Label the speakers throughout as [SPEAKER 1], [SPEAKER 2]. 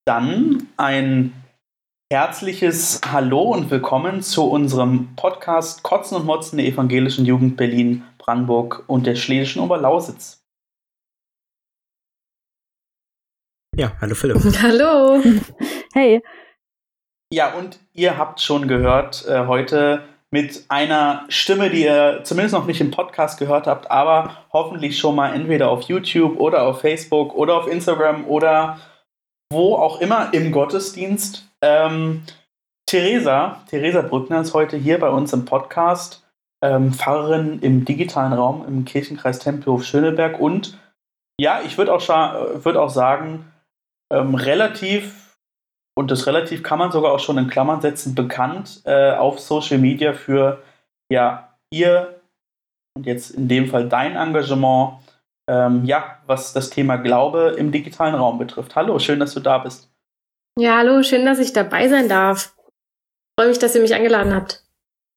[SPEAKER 1] Dann ein herzliches Hallo und willkommen zu unserem Podcast Kotzen und Motzen der Evangelischen Jugend Berlin, Brandenburg und der Schlesischen Oberlausitz.
[SPEAKER 2] Ja, hallo Philipp.
[SPEAKER 3] Hallo.
[SPEAKER 4] Hey.
[SPEAKER 1] Ja, und ihr habt schon gehört, heute mit einer Stimme, die ihr zumindest noch nicht im Podcast gehört habt, aber hoffentlich schon mal entweder auf YouTube oder auf Facebook oder auf Instagram oder wo auch immer im Gottesdienst. Theresa Brückner ist heute hier bei uns im Podcast, Pfarrerin im digitalen Raum im Kirchenkreis Tempelhof Schöneberg und ja, ich würde auch sagen, relativ, und das relativ kann man sogar auch schon in Klammern setzen, bekannt auf Social Media für ja, ihr und jetzt in dem Fall dein Engagement, was das Thema Glaube im digitalen Raum betrifft. Hallo, schön, dass du da bist.
[SPEAKER 3] Ja, hallo, schön, dass ich dabei sein darf. Ich freue mich, dass ihr mich eingeladen habt.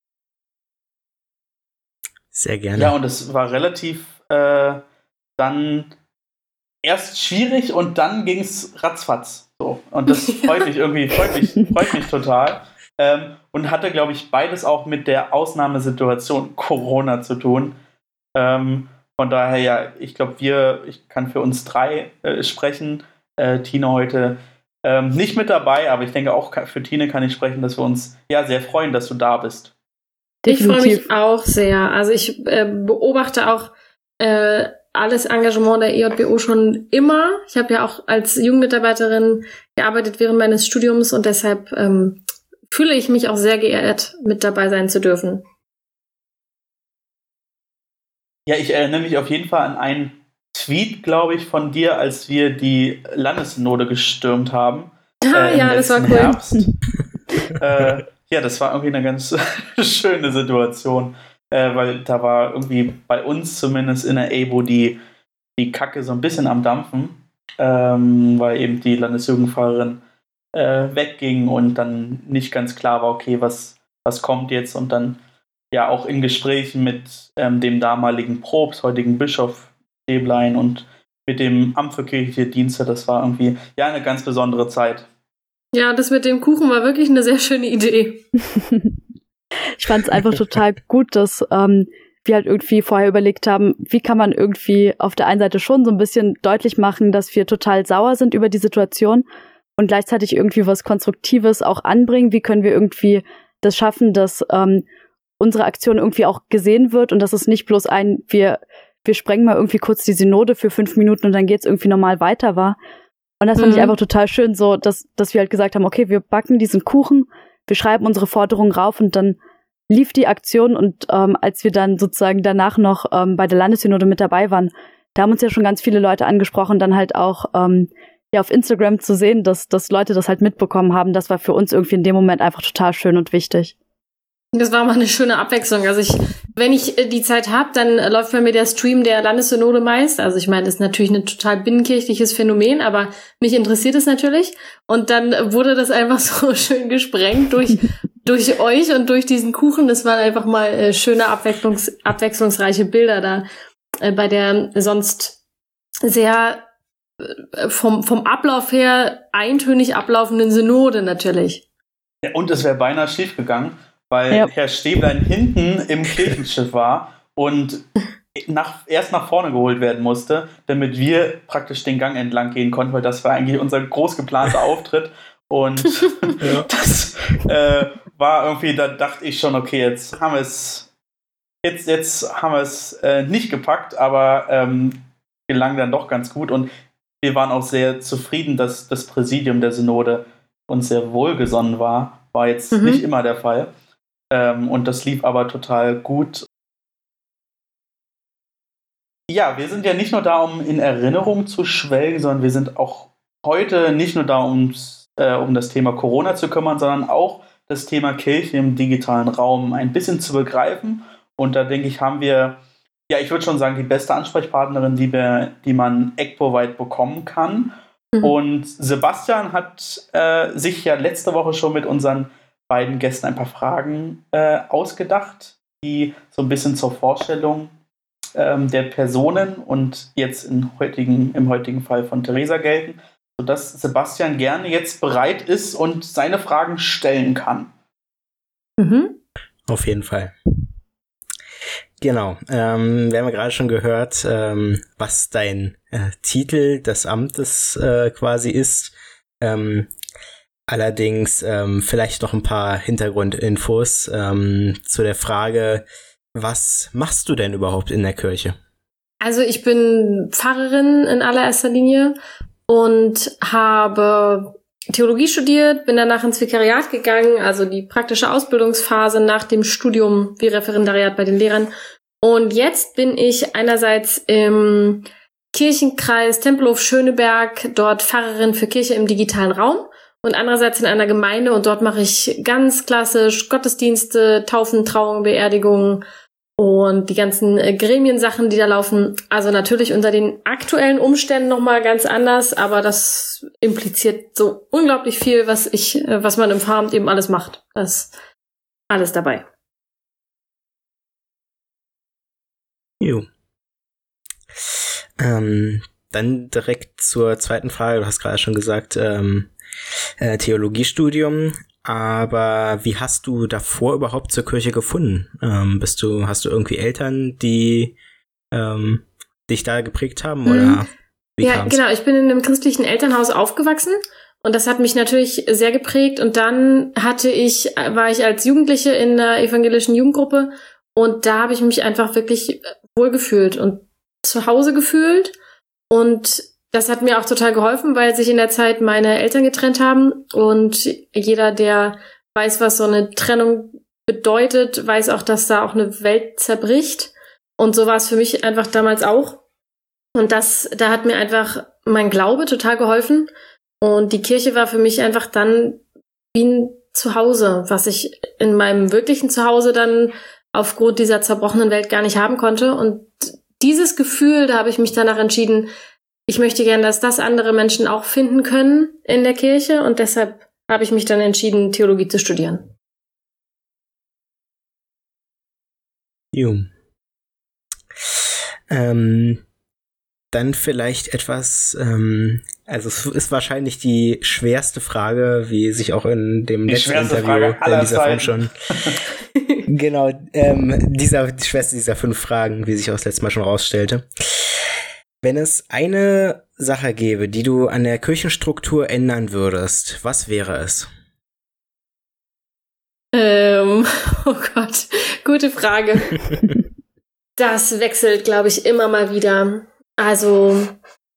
[SPEAKER 2] Sehr gerne.
[SPEAKER 1] Ja, und es war relativ dann erst schwierig und dann ging es ratzfatz. So. Und das freut mich total. Und hatte, glaube ich, beides auch mit der Ausnahmesituation Corona zu tun. Von daher, ja, ich glaube, ich kann für uns drei sprechen. Tine heute nicht mit dabei, aber ich denke auch für Tine kann ich sprechen, dass wir uns ja sehr freuen, dass du da bist.
[SPEAKER 3] Definitiv. Ich freue mich auch sehr. Also ich beobachte auch alles Engagement der EJBO schon immer. Ich habe ja auch als Jugendmitarbeiterin gearbeitet während meines Studiums und deshalb fühle ich mich auch sehr geehrt, mit dabei sein zu dürfen.
[SPEAKER 1] Ja, ich erinnere mich auf jeden Fall an einen Tweet, glaube ich, von dir, als wir die Landessynode gestürmt haben.
[SPEAKER 3] Ja, das war cool.
[SPEAKER 1] Herbst. Ja, das war irgendwie eine ganz schöne Situation, weil da war irgendwie bei uns zumindest in der EBO die Kacke so ein bisschen am Dampfen, weil eben die Landesjugendpfarrerin wegging und dann nicht ganz klar war, okay, was kommt jetzt, und dann ja auch in Gesprächen mit dem damaligen Propst, heutigen Bischof Stäblein und mit dem Amt für kirchliche Dienste, das war irgendwie ja eine ganz besondere Zeit.
[SPEAKER 3] Ja, das mit dem Kuchen war wirklich eine sehr schöne Idee.
[SPEAKER 4] Ich fand es einfach total gut, dass wir halt irgendwie vorher überlegt haben, wie kann man irgendwie auf der einen Seite schon so ein bisschen deutlich machen, dass wir total sauer sind über die Situation und gleichzeitig irgendwie was Konstruktives auch anbringen. Wie können wir irgendwie das schaffen, dass unsere Aktion irgendwie auch gesehen wird und dass es nicht bloß wir sprengen mal irgendwie kurz die Synode für 5 Minuten und dann geht's irgendwie normal weiter war. Und das fand ich einfach total schön, so dass wir halt gesagt haben, okay, wir backen diesen Kuchen, wir schreiben unsere Forderungen rauf und dann lief die Aktion und als wir dann sozusagen danach noch bei der Landessynode mit dabei waren, da haben uns ja schon ganz viele Leute angesprochen, dann halt auch auf Instagram zu sehen, dass Leute das halt mitbekommen haben, das war für uns irgendwie in dem Moment einfach total schön und wichtig.
[SPEAKER 3] Das war mal eine schöne Abwechslung. Also wenn ich die Zeit habe, dann läuft bei mir der Stream der Landessynode meist. Also ich meine, das ist natürlich ein total binnenkirchliches Phänomen, aber mich interessiert es natürlich. Und dann wurde das einfach so schön gesprengt durch euch und durch diesen Kuchen. Das waren einfach mal schöne abwechslungsreiche Bilder da bei der sonst sehr vom Ablauf her eintönig ablaufenden Synode natürlich.
[SPEAKER 1] Ja, und es wäre beinahe schief gegangen, weil Herr Stäblein hinten im Kirchenschiff war und erst nach vorne geholt werden musste, damit wir praktisch den Gang entlang gehen konnten, weil das war eigentlich unser groß geplanter Auftritt. Und das war irgendwie, da dachte ich schon, okay, jetzt haben wir es nicht gepackt, aber gelang dann doch ganz gut. Und wir waren auch sehr zufrieden, dass das Präsidium der Synode uns sehr wohlgesonnen war. War jetzt nicht immer der Fall. Und das lief aber total gut. Ja, wir sind ja nicht nur da, um in Erinnerung zu schwelgen, sondern wir sind auch heute nicht nur da, um das Thema Corona zu kümmern, sondern auch das Thema Kirche im digitalen Raum ein bisschen zu begreifen. Und da denke ich, haben wir, ja, ich würde schon sagen, die beste Ansprechpartnerin, die man EGBO-weit bekommen kann. Und Sebastian hat sich ja letzte Woche schon mit unseren beiden Gästen ein paar Fragen ausgedacht, die so ein bisschen zur Vorstellung der Personen und jetzt im heutigen Fall von Theresa gelten. sodass Sebastian gerne jetzt bereit ist und seine Fragen stellen kann.
[SPEAKER 2] Auf jeden Fall. Genau, wir haben ja gerade schon gehört, was dein Titel des Amtes quasi ist. Allerdings vielleicht noch ein paar Hintergrundinfos zu der Frage, was machst du denn überhaupt in der Kirche?
[SPEAKER 3] Also ich bin Pfarrerin in allererster Linie und habe Theologie studiert, bin danach ins Vikariat gegangen, also die praktische Ausbildungsphase nach dem Studium wie Referendariat bei den Lehrern. Und jetzt bin ich einerseits im Kirchenkreis Tempelhof Schöneberg, dort Pfarrerin für Kirche im digitalen Raum und andererseits in einer Gemeinde und dort mache ich ganz klassisch Gottesdienste, Taufen, Trauungen, Beerdigungen und die ganzen Gremiensachen, die da laufen. Also natürlich unter den aktuellen Umständen nochmal ganz anders, aber das impliziert so unglaublich viel, was man im Pfarramt eben alles macht. Das ist alles dabei.
[SPEAKER 2] Jo. Dann direkt zur zweiten Frage. Du hast gerade schon gesagt, Theologiestudium. Aber wie hast du davor überhaupt zur Kirche gefunden? Hast du irgendwie Eltern, die dich da geprägt haben? Oder wie kam's?
[SPEAKER 3] Genau. Ich bin in einem christlichen Elternhaus aufgewachsen und das hat mich natürlich sehr geprägt. Und dann war ich als Jugendliche in einer evangelischen Jugendgruppe und da habe ich mich einfach wirklich wohlgefühlt und zu Hause gefühlt. Und das hat mir auch total geholfen, weil sich in der Zeit meine Eltern getrennt haben. Und jeder, der weiß, was so eine Trennung bedeutet, weiß auch, dass da auch eine Welt zerbricht. Und so war es für mich einfach damals auch. Und da hat mir einfach mein Glaube total geholfen. Und die Kirche war für mich einfach dann wie ein Zuhause, was ich in meinem wirklichen Zuhause dann aufgrund dieser zerbrochenen Welt gar nicht haben konnte. Und dieses Gefühl, da habe ich mich danach entschieden, ich möchte gerne, dass das andere Menschen auch finden können in der Kirche. Und deshalb habe ich mich dann entschieden, Theologie zu studieren.
[SPEAKER 2] Jo. Dann vielleicht etwas, also es ist wahrscheinlich die schwerste Frage, wie sich auch in dem letzten Interview in dieser Form schon genau, die schwerste dieser 5 Fragen, wie sich auch das letzte Mal schon rausstellte. Wenn es eine Sache gäbe, die du an der Kirchenstruktur ändern würdest, was wäre es?
[SPEAKER 3] Oh Gott, gute Frage. Das wechselt, glaube ich, immer mal wieder. Also,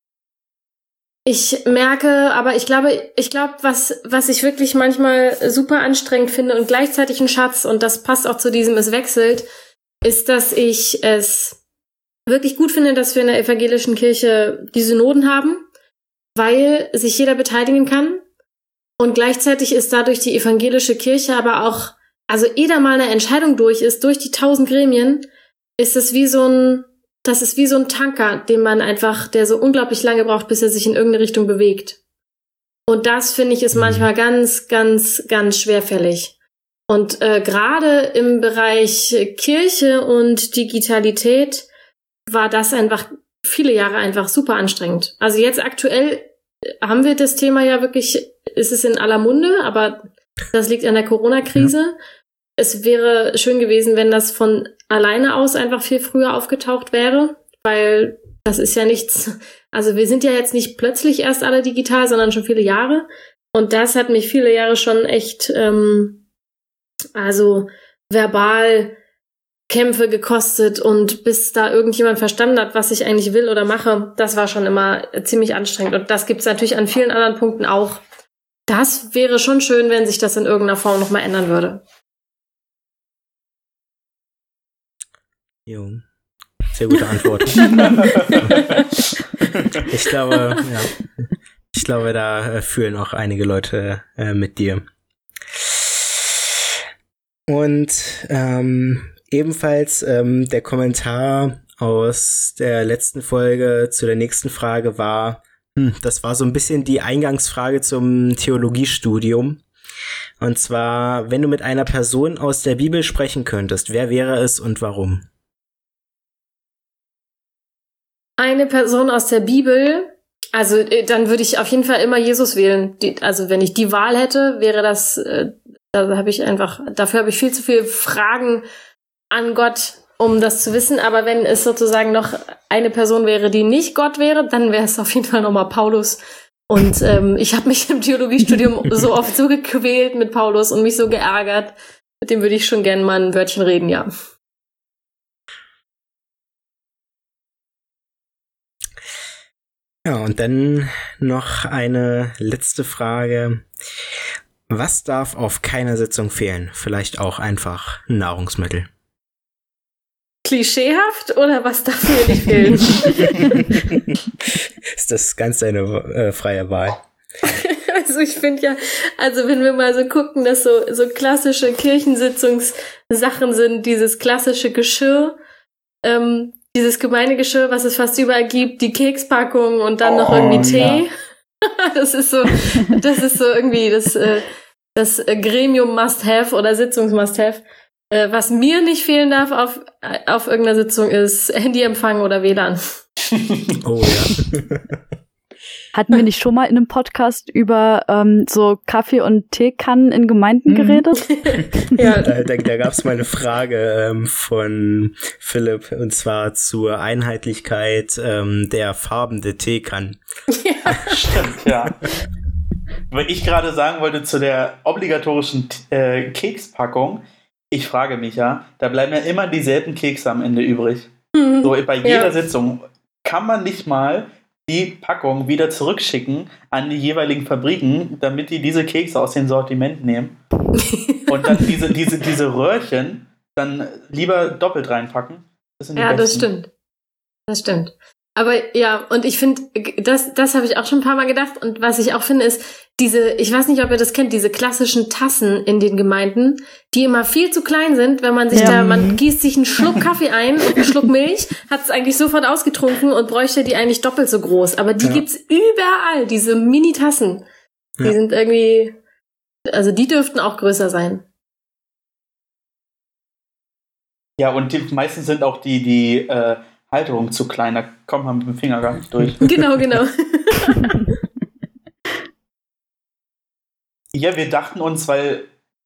[SPEAKER 3] ich merke, aber ich glaube, was ich wirklich manchmal super anstrengend finde und gleichzeitig ein Schatz, und das passt auch zu diesem, es wechselt, ist, dass ich es wirklich gut finde, dass wir in der evangelischen Kirche die Synoden haben, weil sich jeder beteiligen kann. Und gleichzeitig ist dadurch die evangelische Kirche aber auch, also ehe da mal eine Entscheidung durch ist, durch die 1000 Gremien, ist es wie so ein Tanker, der so unglaublich lange braucht, bis er sich in irgendeine Richtung bewegt. Und das, finde ich, ist manchmal ganz, ganz, ganz schwerfällig. Und gerade im Bereich Kirche und Digitalität war das einfach viele Jahre einfach super anstrengend. Also jetzt aktuell haben wir das Thema ja wirklich, ist es in aller Munde, aber das liegt an der Corona-Krise. Ja. Es wäre schön gewesen, wenn das von alleine aus einfach viel früher aufgetaucht wäre, weil das ist ja nichts, also wir sind ja jetzt nicht plötzlich erst alle digital, sondern schon viele Jahre. Und das hat mich viele Jahre schon echt, also verbal Kämpfe gekostet, und bis da irgendjemand verstanden hat, was ich eigentlich will oder mache, das war schon immer ziemlich anstrengend. Und das gibt's natürlich an vielen anderen Punkten auch. Das wäre schon schön, wenn sich das in irgendeiner Form nochmal ändern würde.
[SPEAKER 2] Jo. Sehr gute Antwort. Ich glaube, da fühlen auch einige Leute mit dir. Und ebenfalls der Kommentar aus der letzten Folge zu der nächsten Frage war, das war so ein bisschen die Eingangsfrage zum Theologiestudium. Und zwar, wenn du mit einer Person aus der Bibel sprechen könntest, wer wäre es und warum?
[SPEAKER 3] Eine Person aus der Bibel, Also dann würde ich auf jeden Fall immer Jesus wählen. Also wenn ich die Wahl hätte, wäre das, dafür habe ich viel zu viele Fragen an Gott, um das zu wissen. Aber wenn es sozusagen noch eine Person wäre, die nicht Gott wäre, dann wäre es auf jeden Fall nochmal Paulus. Und ich habe mich im Theologiestudium so oft so gequält mit Paulus und mich so geärgert. Mit dem würde ich schon gerne mal ein Wörtchen reden, ja.
[SPEAKER 2] Ja, und dann noch eine letzte Frage. Was darf auf keiner Sitzung fehlen? Vielleicht auch einfach Nahrungsmittel.
[SPEAKER 3] Klischeehaft oder was darf mir nicht fehlen?
[SPEAKER 2] Ist das ganz deine freie Wahl?
[SPEAKER 3] Also ich finde ja, also wenn wir mal so gucken, dass so klassische Kirchensitzungssachen sind, dieses klassische Geschirr, dieses Gemeindegeschirr, was es fast überall gibt, die Kekspackung und dann noch irgendwie Tee. Ja. Das ist so irgendwie das Gremium Must-Have oder Sitzungs-Must-Have. Was mir nicht fehlen darf auf irgendeiner Sitzung ist Handyempfang oder WLAN.
[SPEAKER 2] Oh ja.
[SPEAKER 4] Hatten wir nicht schon mal in einem Podcast über so Kaffee- und Teekannen in Gemeinden geredet?
[SPEAKER 2] Ja. Da gab es mal eine Frage von Philipp, und zwar zur Einheitlichkeit der Farben der Teekannen.
[SPEAKER 3] Ja.
[SPEAKER 1] Stimmt, ja. Weil ich gerade sagen wollte zu der obligatorischen Kekspackung, ich frage mich ja, da bleiben ja immer dieselben Kekse am Ende übrig. So bei jeder Sitzung kann man nicht mal die Packung wieder zurückschicken an die jeweiligen Fabriken, damit die diese Kekse aus dem Sortiment nehmen. Und dann diese Röhrchen dann lieber doppelt reinpacken. Das sind die besten.
[SPEAKER 3] Das stimmt. Das stimmt. Aber ja, und ich finde, das habe ich auch schon ein paar Mal gedacht. Und was ich auch finde, ist ich weiß nicht, ob ihr das kennt, diese klassischen Tassen in den Gemeinden, die immer viel zu klein sind, wenn man sich man gießt sich einen Schluck Kaffee ein und einen Schluck Milch, hat es eigentlich sofort ausgetrunken und bräuchte die eigentlich doppelt so groß. Aber die gibt's überall, diese Mini-Tassen. Die sind irgendwie, also die dürften auch größer sein.
[SPEAKER 1] Ja, und meistens sind auch die Halterung zu klein, da kommt man mit dem Finger gar nicht durch.
[SPEAKER 3] Genau.
[SPEAKER 1] Ja, wir dachten uns, weil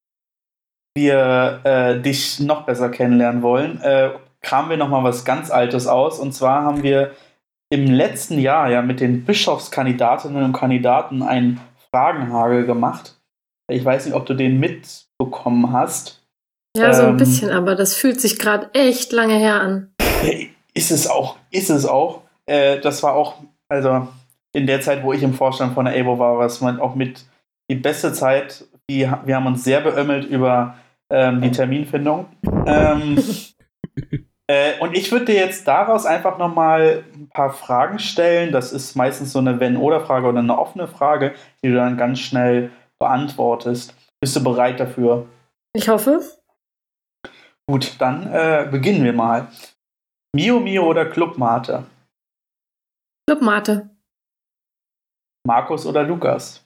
[SPEAKER 1] wir dich noch besser kennenlernen wollen, kramen wir nochmal was ganz Altes aus. Und zwar haben wir im letzten Jahr ja mit den Bischofskandidatinnen und Kandidaten einen Fragenhagel gemacht. Ich weiß nicht, ob du den mitbekommen hast.
[SPEAKER 3] Ja, so ein bisschen, aber das fühlt sich gerade echt lange her an.
[SPEAKER 1] Ist es auch. Das war auch, also in der Zeit, wo ich im Vorstand von der AWO war, was man auch mit die beste Zeit. Wir haben uns sehr beömmelt über die Terminfindung. Und ich würde dir jetzt daraus einfach nochmal ein paar Fragen stellen. Das ist meistens so eine Wenn-Oder-Frage oder eine offene Frage, die du dann ganz schnell beantwortest. Bist du bereit dafür?
[SPEAKER 3] Ich hoffe.
[SPEAKER 1] Gut, dann beginnen wir mal. Mio Mio oder Club Mate?
[SPEAKER 3] Club Mate.
[SPEAKER 1] Markus oder Lukas?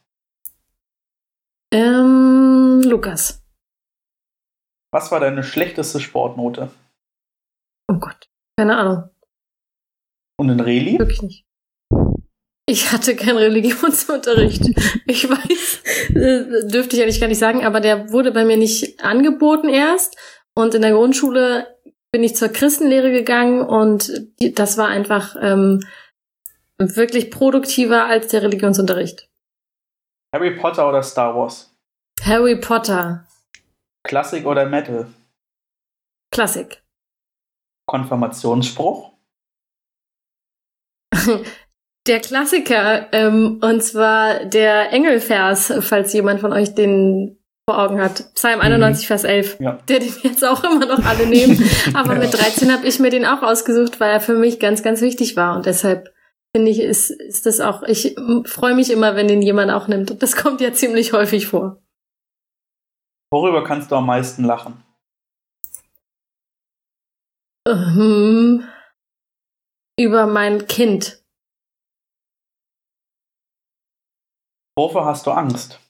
[SPEAKER 3] Lukas.
[SPEAKER 1] Was war deine schlechteste Sportnote?
[SPEAKER 3] Oh Gott, keine Ahnung.
[SPEAKER 1] Und in Reli?
[SPEAKER 3] Wirklich nicht. Ich hatte keinen Religionsunterricht. Ich weiß, dürfte ich eigentlich gar nicht sagen, aber der wurde bei mir nicht angeboten erst. Und in der Grundschule bin ich zur Christenlehre gegangen und das war einfach wirklich produktiver als der Religionsunterricht.
[SPEAKER 1] Harry Potter oder Star Wars?
[SPEAKER 3] Harry Potter.
[SPEAKER 1] Klassik oder Metal?
[SPEAKER 3] Klassik.
[SPEAKER 1] Konfirmationsspruch?
[SPEAKER 3] Der Klassiker, und zwar der Engelvers, falls jemand von euch den vor Augen hat. Psalm 91, Vers 11. Ja. Der den jetzt auch immer noch alle nehmen. Aber mit 13 habe ich mir den auch ausgesucht, weil er für mich ganz, ganz wichtig war. Und deshalb finde ich, ist das auch, ich freue mich immer, wenn den jemand auch nimmt. Und das kommt ja ziemlich häufig vor.
[SPEAKER 1] Worüber kannst du am meisten lachen?
[SPEAKER 3] Über mein Kind.
[SPEAKER 1] Wovor hast du Angst?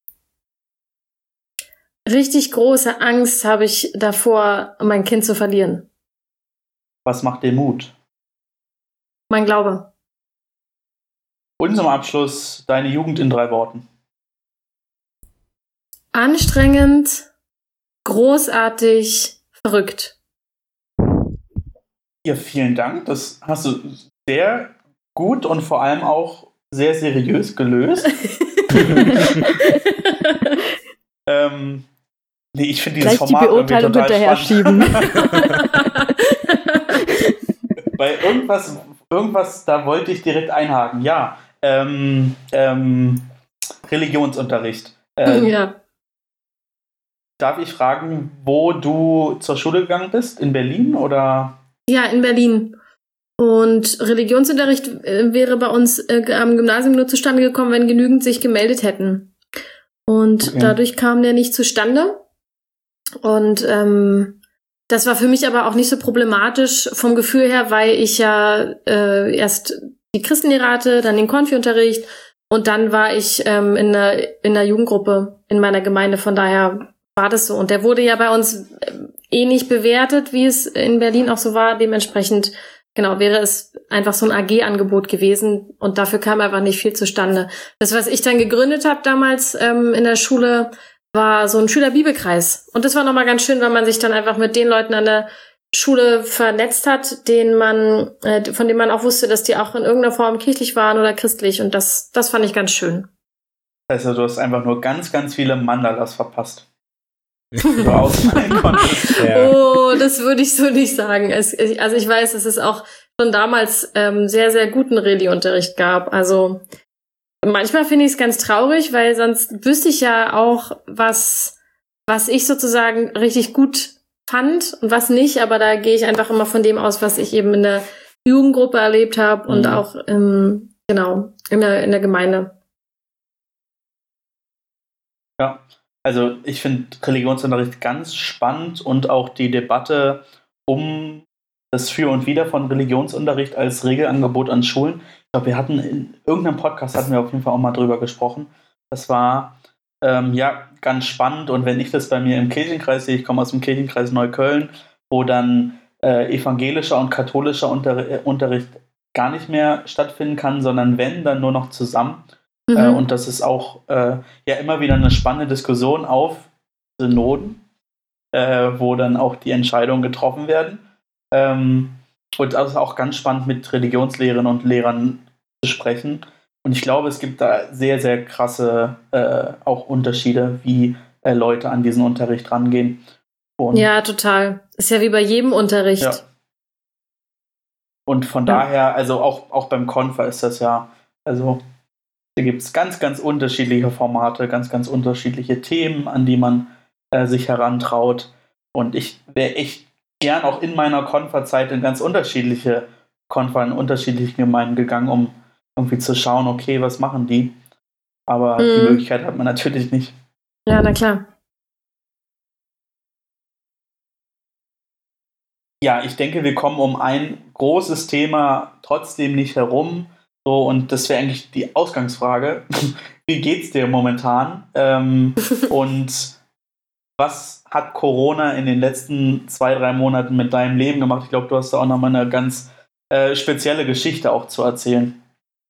[SPEAKER 3] Richtig große Angst habe ich davor, mein Kind zu verlieren.
[SPEAKER 1] Was macht dir Mut?
[SPEAKER 3] Mein Glaube.
[SPEAKER 1] Und zum Abschluss deine Jugend in 3 Worten.
[SPEAKER 3] Anstrengend, großartig, verrückt.
[SPEAKER 1] Ja, vielen Dank. Das hast du sehr gut und vor allem auch sehr seriös gelöst. Nee, ich finde dieses Format
[SPEAKER 4] die Beurteilung hinterher schieben.
[SPEAKER 1] Bei irgendwas, da wollte ich direkt einhaken. Ja, Religionsunterricht.
[SPEAKER 3] Ja.
[SPEAKER 1] Darf ich fragen, wo du zur Schule gegangen bist? In Berlin oder?
[SPEAKER 3] Ja, in Berlin. Und Religionsunterricht wäre bei uns am Gymnasium nur zustande gekommen, wenn genügend sich gemeldet hätten. Und dadurch kam der nicht zustande. Und das war für mich aber auch nicht so problematisch vom Gefühl her, weil ich ja erst die Christenlehre hatte, dann den Konfi-Unterricht und dann war ich in der Jugendgruppe in meiner Gemeinde. Von daher war das so. Und der wurde ja bei uns ähnlich bewertet, wie es in Berlin auch so war. Dementsprechend, genau, wäre es einfach so ein AG-Angebot gewesen und dafür kam einfach nicht viel zustande. Das, was ich dann gegründet habe damals in der Schule, war so ein Schülerbibelkreis. Und das war nochmal ganz schön, weil man sich dann einfach mit den Leuten an der Schule vernetzt hat, von denen man auch wusste, dass die auch in irgendeiner Form kirchlich waren oder christlich. Und das fand ich ganz schön.
[SPEAKER 1] Das heißt, du hast einfach nur ganz, ganz viele Mandalas verpasst. So ausmalen konntest.
[SPEAKER 3] Ja. Oh, das würde ich so nicht sagen. Also ich weiß, dass es auch schon damals sehr, sehr guten Reli-Unterricht gab. Also manchmal finde ich es ganz traurig, weil sonst wüsste ich ja auch, was ich sozusagen richtig gut fand und was nicht. Aber da gehe ich einfach immer von dem aus, was ich eben in der Jugendgruppe erlebt habe und auch in der Gemeinde.
[SPEAKER 1] Ja. Also ich finde Religionsunterricht ganz spannend und auch die Debatte um das Für und Wider von Religionsunterricht als Regelangebot an Schulen. Ich glaube, in irgendeinem Podcast hatten wir auf jeden Fall auch mal drüber gesprochen. Das war ganz spannend und wenn ich das bei mir im Kirchenkreis sehe, ich komme aus dem Kirchenkreis Neukölln, wo dann evangelischer und katholischer Unterricht gar nicht mehr stattfinden kann, sondern wenn, dann nur noch zusammen. Und das ist auch immer wieder eine spannende Diskussion auf Synoden, wo dann auch die Entscheidungen getroffen werden. Und das ist auch ganz spannend, mit Religionslehrerinnen und Lehrern zu sprechen. Und ich glaube, es gibt da sehr, sehr krasse auch Unterschiede, wie Leute an diesen Unterricht rangehen. Und
[SPEAKER 3] ja, total. Ist ja wie bei jedem Unterricht.
[SPEAKER 1] Ja. Und von daher, also auch beim Konfa ist das ja, also da gibt es ganz, ganz unterschiedliche Formate, ganz, ganz unterschiedliche Themen, an die man sich herantraut. Und ich wäre echt gern auch in meiner Konfa-Zeit in ganz unterschiedliche Konfa in unterschiedlichen Gemeinden gegangen, um irgendwie zu schauen, okay, was machen die? Aber die Möglichkeit hat man natürlich nicht.
[SPEAKER 3] Ja, na klar.
[SPEAKER 1] Ja, ich denke, wir kommen um ein großes Thema trotzdem nicht herum. So, und das wäre eigentlich die Ausgangsfrage. Wie geht's dir momentan? Und was hat Corona in den letzten 2-3 Monaten mit deinem Leben gemacht? Ich glaube, du hast da auch nochmal eine ganz spezielle Geschichte auch zu erzählen.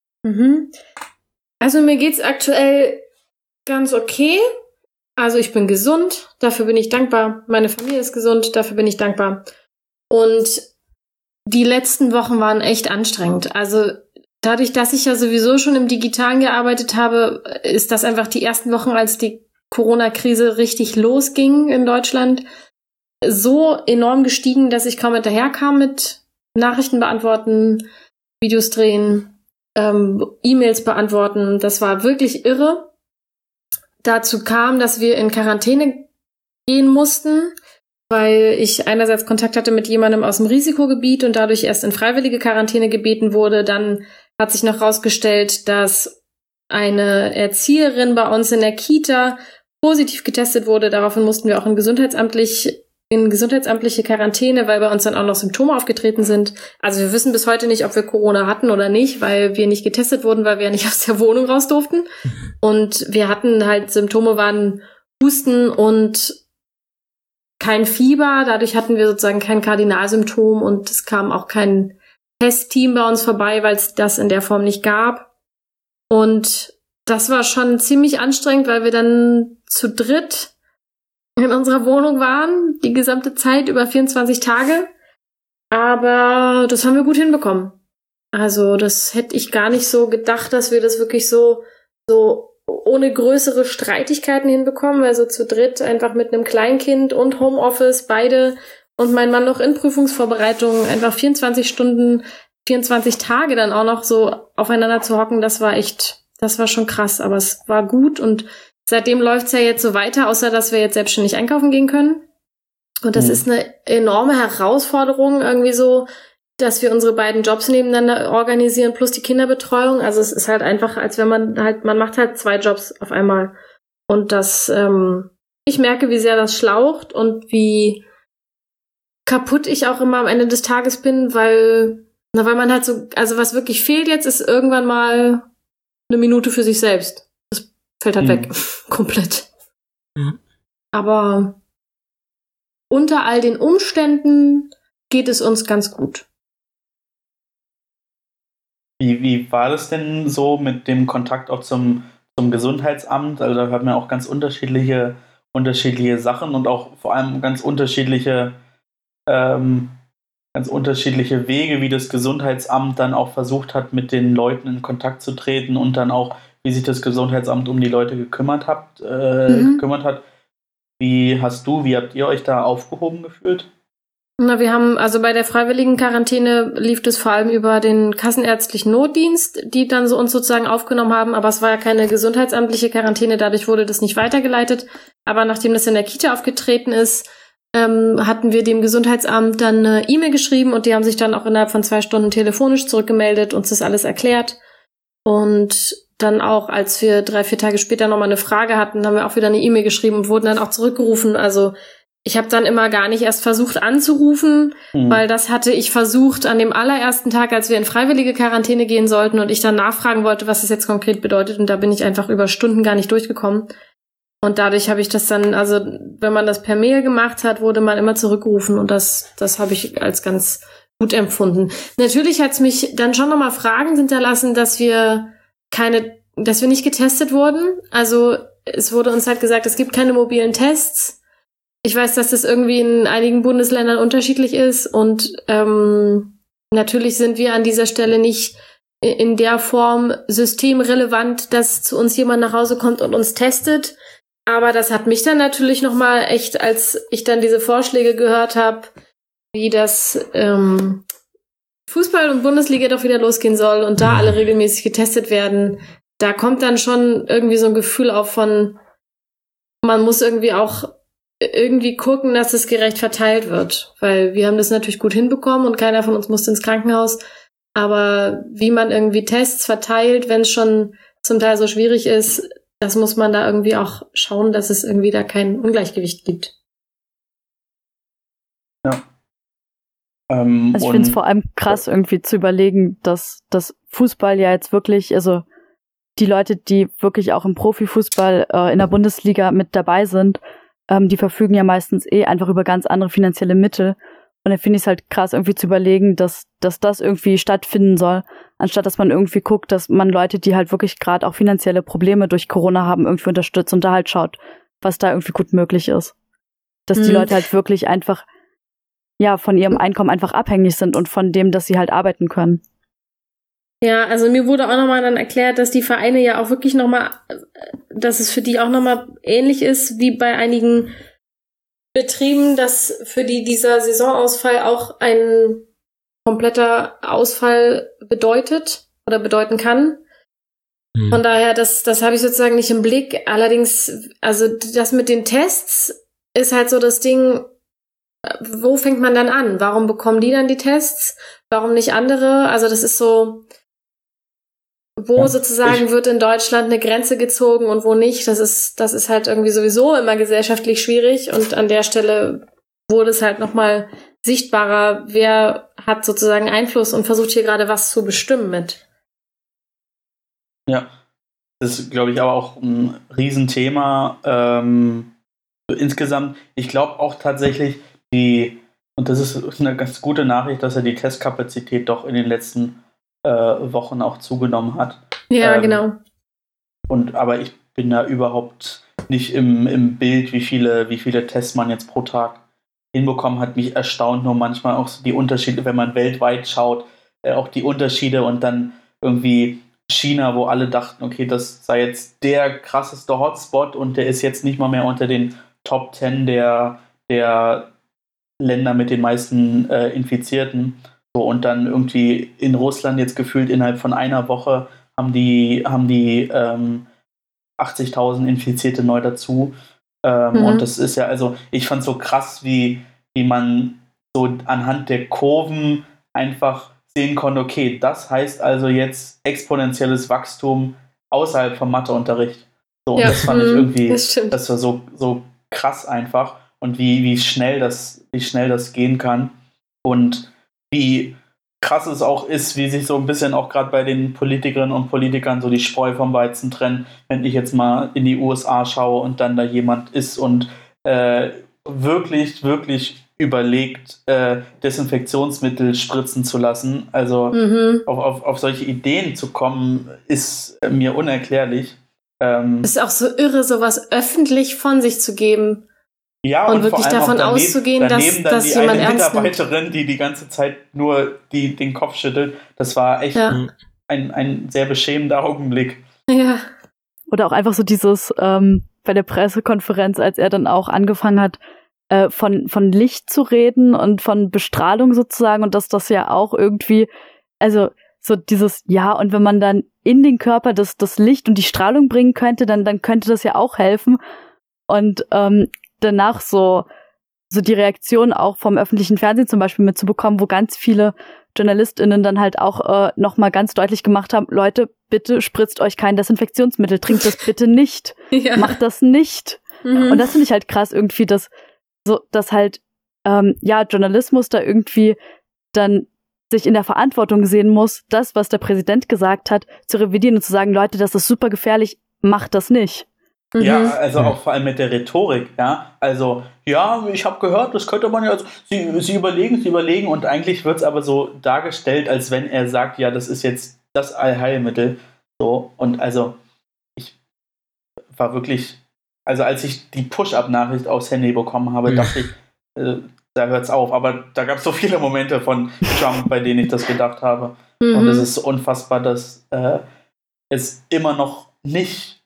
[SPEAKER 3] Also mir geht's aktuell ganz okay. Also ich bin gesund, dafür bin ich dankbar. Meine Familie ist gesund, dafür bin ich dankbar. Und die letzten Wochen waren echt anstrengend. Also dadurch, dass ich ja sowieso schon im Digitalen gearbeitet habe, ist das einfach die ersten Wochen, als die Corona-Krise richtig losging in Deutschland, so enorm gestiegen, dass ich kaum hinterherkam mit Nachrichten beantworten, Videos drehen, E-Mails beantworten. Das war wirklich irre. Dazu kam, dass wir in Quarantäne gehen mussten, weil ich einerseits Kontakt hatte mit jemandem aus dem Risikogebiet und dadurch erst in freiwillige Quarantäne gebeten wurde. Dann hat sich noch rausgestellt, dass eine Erzieherin bei uns in der Kita positiv getestet wurde. Daraufhin mussten wir auch in gesundheitsamtliche Quarantäne, weil bei uns dann auch noch Symptome aufgetreten sind. Also wir wissen bis heute nicht, ob wir Corona hatten oder nicht, weil wir nicht getestet wurden, weil wir ja nicht aus der Wohnung raus durften. Und wir hatten halt Symptome, waren Husten und kein Fieber. Dadurch hatten wir sozusagen kein Kardinalsymptom und es kam auch kein Testteam bei uns vorbei, weil es das in der Form nicht gab. Und das war schon ziemlich anstrengend, weil wir dann zu dritt in unserer Wohnung waren, die gesamte Zeit über 24 Tage. Aber das haben wir gut hinbekommen. Also das hätte ich gar nicht so gedacht, dass wir das wirklich so ohne größere Streitigkeiten hinbekommen, weil so zu dritt einfach mit einem Kleinkind und Homeoffice beide und mein Mann noch in Prüfungsvorbereitungen einfach 24 Stunden, 24 Tage dann auch noch so aufeinander zu hocken, das war schon krass, aber es war gut und seitdem läuft's ja jetzt so weiter, außer dass wir jetzt selbstständig einkaufen gehen können. Und das ist eine enorme Herausforderung irgendwie so, dass wir unsere beiden Jobs nebeneinander organisieren, plus die Kinderbetreuung. Also es ist halt einfach, als wenn man macht halt 2 Jobs auf einmal. Und das, ich merke, wie sehr das schlaucht und wie kaputt ich auch immer am Ende des Tages bin, weil man halt so, also was wirklich fehlt jetzt, ist irgendwann mal eine Minute für sich selbst. Das fällt halt weg. Komplett. Mhm. Aber unter all den Umständen geht es uns ganz gut.
[SPEAKER 1] Wie war das denn so mit dem Kontakt auch zum Gesundheitsamt? Also da hört man auch ganz unterschiedliche Sachen und auch vor allem ganz unterschiedliche Wege, wie das Gesundheitsamt dann auch versucht hat, mit den Leuten in Kontakt zu treten und dann auch, wie sich das Gesundheitsamt um die Leute gekümmert hat. Wie habt ihr euch da aufgehoben gefühlt?
[SPEAKER 3] Na, wir haben, also bei der freiwilligen Quarantäne lief das vor allem über den kassenärztlichen Notdienst, die dann so uns sozusagen aufgenommen haben, aber es war ja keine gesundheitsamtliche Quarantäne, dadurch wurde das nicht weitergeleitet. Aber nachdem das in der Kita aufgetreten ist, hatten wir dem Gesundheitsamt dann eine E-Mail geschrieben und die haben sich dann auch innerhalb von 2 Stunden telefonisch zurückgemeldet, uns das alles erklärt. Und dann auch, als wir 3-4 Tage später nochmal eine Frage hatten, haben wir auch wieder eine E-Mail geschrieben und wurden dann auch zurückgerufen. Also ich habe dann immer gar nicht erst versucht anzurufen, weil das hatte ich versucht an dem allerersten Tag, als wir in freiwillige Quarantäne gehen sollten und ich dann nachfragen wollte, was das jetzt konkret bedeutet. Und da bin ich einfach über Stunden gar nicht durchgekommen. Und dadurch habe ich das dann, also wenn man das per Mail gemacht hat, wurde man immer zurückgerufen und das habe ich als ganz gut empfunden. Natürlich hat es mich dann schon nochmal Fragen hinterlassen, dass wir nicht getestet wurden. Also es wurde uns halt gesagt, es gibt keine mobilen Tests. Ich weiß, dass das irgendwie in einigen Bundesländern unterschiedlich ist und natürlich sind wir an dieser Stelle nicht in der Form systemrelevant, dass zu uns jemand nach Hause kommt und uns testet. Aber das hat mich dann natürlich nochmal echt, als ich dann diese Vorschläge gehört habe, wie das Fußball und Bundesliga doch wieder losgehen soll und da alle regelmäßig getestet werden, da kommt dann schon irgendwie so ein Gefühl auf von, man muss irgendwie auch irgendwie gucken, dass es gerecht verteilt wird. Weil wir haben das natürlich gut hinbekommen und keiner von uns musste ins Krankenhaus. Aber wie man irgendwie Tests verteilt, wenn es schon zum Teil so schwierig ist, das muss man da irgendwie auch schauen, dass es irgendwie da kein Ungleichgewicht gibt.
[SPEAKER 1] Ja.
[SPEAKER 4] Also ich finde es vor allem krass, irgendwie zu überlegen, dass das Fußball ja jetzt wirklich, also die Leute, die wirklich auch im Profifußball in der Bundesliga mit dabei sind, die verfügen ja meistens einfach über ganz andere finanzielle Mittel. Und dann finde ich es halt krass, irgendwie zu überlegen, dass das irgendwie stattfinden soll, anstatt dass man irgendwie guckt, dass man Leute, die halt wirklich gerade auch finanzielle Probleme durch Corona haben, irgendwie unterstützt und da halt schaut, was da irgendwie gut möglich ist. Dass die Leute halt wirklich einfach von ihrem Einkommen einfach abhängig sind und von dem, dass sie halt arbeiten können.
[SPEAKER 3] Ja, also mir wurde auch nochmal dann erklärt, dass die Vereine ja auch wirklich nochmal, dass es für die auch nochmal ähnlich ist wie bei einigen Betrieben, dass für die dieser Saisonausfall auch ein kompletter Ausfall bedeutet oder bedeuten kann. Von daher, das habe ich sozusagen nicht im Blick. Allerdings, also das mit den Tests ist halt so das Ding, wo fängt man dann an? Warum bekommen die dann die Tests? Warum nicht andere? Also das ist so, wo sozusagen wird in Deutschland eine Grenze gezogen und wo nicht. Das ist halt irgendwie sowieso immer gesellschaftlich schwierig und an der Stelle wurde es halt nochmal sichtbarer, wer hat sozusagen Einfluss und versucht hier gerade was zu bestimmen mit.
[SPEAKER 1] Ja, das ist, glaube ich, aber auch ein Riesenthema. Insgesamt, ich glaube auch tatsächlich, und das ist eine ganz gute Nachricht, dass ja die Testkapazität doch in den letzten Wochen auch zugenommen hat.
[SPEAKER 3] Ja, genau.
[SPEAKER 1] Aber ich bin da überhaupt nicht im Bild, wie viele Tests man jetzt pro Tag hinbekommen hat. Mich erstaunt nur manchmal auch die Unterschiede, wenn man weltweit schaut, auch die Unterschiede und dann irgendwie China, wo alle dachten, okay, das sei jetzt der krasseste Hotspot und der ist jetzt nicht mal mehr unter den Top 10 der Länder mit den meisten Infizierten. So, und dann irgendwie in Russland jetzt gefühlt innerhalb von einer Woche haben die 80.000 Infizierte neu dazu. Und das ist ja, also ich fand es so krass, wie man so anhand der Kurven einfach sehen konnte, okay, das heißt also jetzt exponentielles Wachstum außerhalb vom Matheunterricht. So, und das fand ich irgendwie, das war so krass einfach und wie schnell das gehen kann und wie krass es auch ist, wie sich so ein bisschen auch gerade bei den Politikerinnen und Politikern so die Spreu vom Weizen trennen, wenn ich jetzt mal in die USA schaue und dann da jemand ist und wirklich, wirklich überlegt, Desinfektionsmittel spritzen zu lassen. Also auf solche Ideen zu kommen, ist mir unerklärlich.
[SPEAKER 3] Es ist auch so irre, sowas öffentlich von sich zu geben.
[SPEAKER 1] Ja,
[SPEAKER 3] und wirklich davon auszugehen, dass
[SPEAKER 1] die
[SPEAKER 3] jemand
[SPEAKER 1] eine
[SPEAKER 3] ernst nimmt.
[SPEAKER 1] Mitarbeiterin, die ganze Zeit nur den Kopf schüttelt, das war echt ein sehr beschämender Augenblick.
[SPEAKER 3] Ja.
[SPEAKER 4] Oder auch einfach so dieses bei der Pressekonferenz, als er dann auch angefangen hat, von Licht zu reden und von Bestrahlung sozusagen und dass das ja auch irgendwie, also so dieses, ja, und wenn man dann in den Körper das Licht und die Strahlung bringen könnte, dann könnte das ja auch helfen. Und danach so die Reaktion auch vom öffentlichen Fernsehen zum Beispiel mitzubekommen, wo ganz viele JournalistInnen dann halt auch nochmal ganz deutlich gemacht haben, Leute, bitte spritzt euch kein Desinfektionsmittel, trinkt das bitte nicht, macht das nicht. Und das finde ich halt krass irgendwie, dass halt Journalismus da irgendwie dann sich in der Verantwortung sehen muss, das, was der Präsident gesagt hat, zu revidieren und zu sagen, Leute, das ist super gefährlich, macht das nicht.
[SPEAKER 1] Ja, also auch vor allem mit der Rhetorik, ja. Also, ja, ich habe gehört, das könnte man ja, also, Sie überlegen und eigentlich wird es aber so dargestellt, als wenn er sagt, ja, das ist jetzt das Allheilmittel. So, und also, ich war wirklich, also als ich die Push-Up-Nachricht aufs Handy bekommen habe, dachte ich, da hört's auf. Aber da gab es so viele Momente von Trump, bei denen ich das gedacht habe. Und es ist unfassbar, dass es immer noch nicht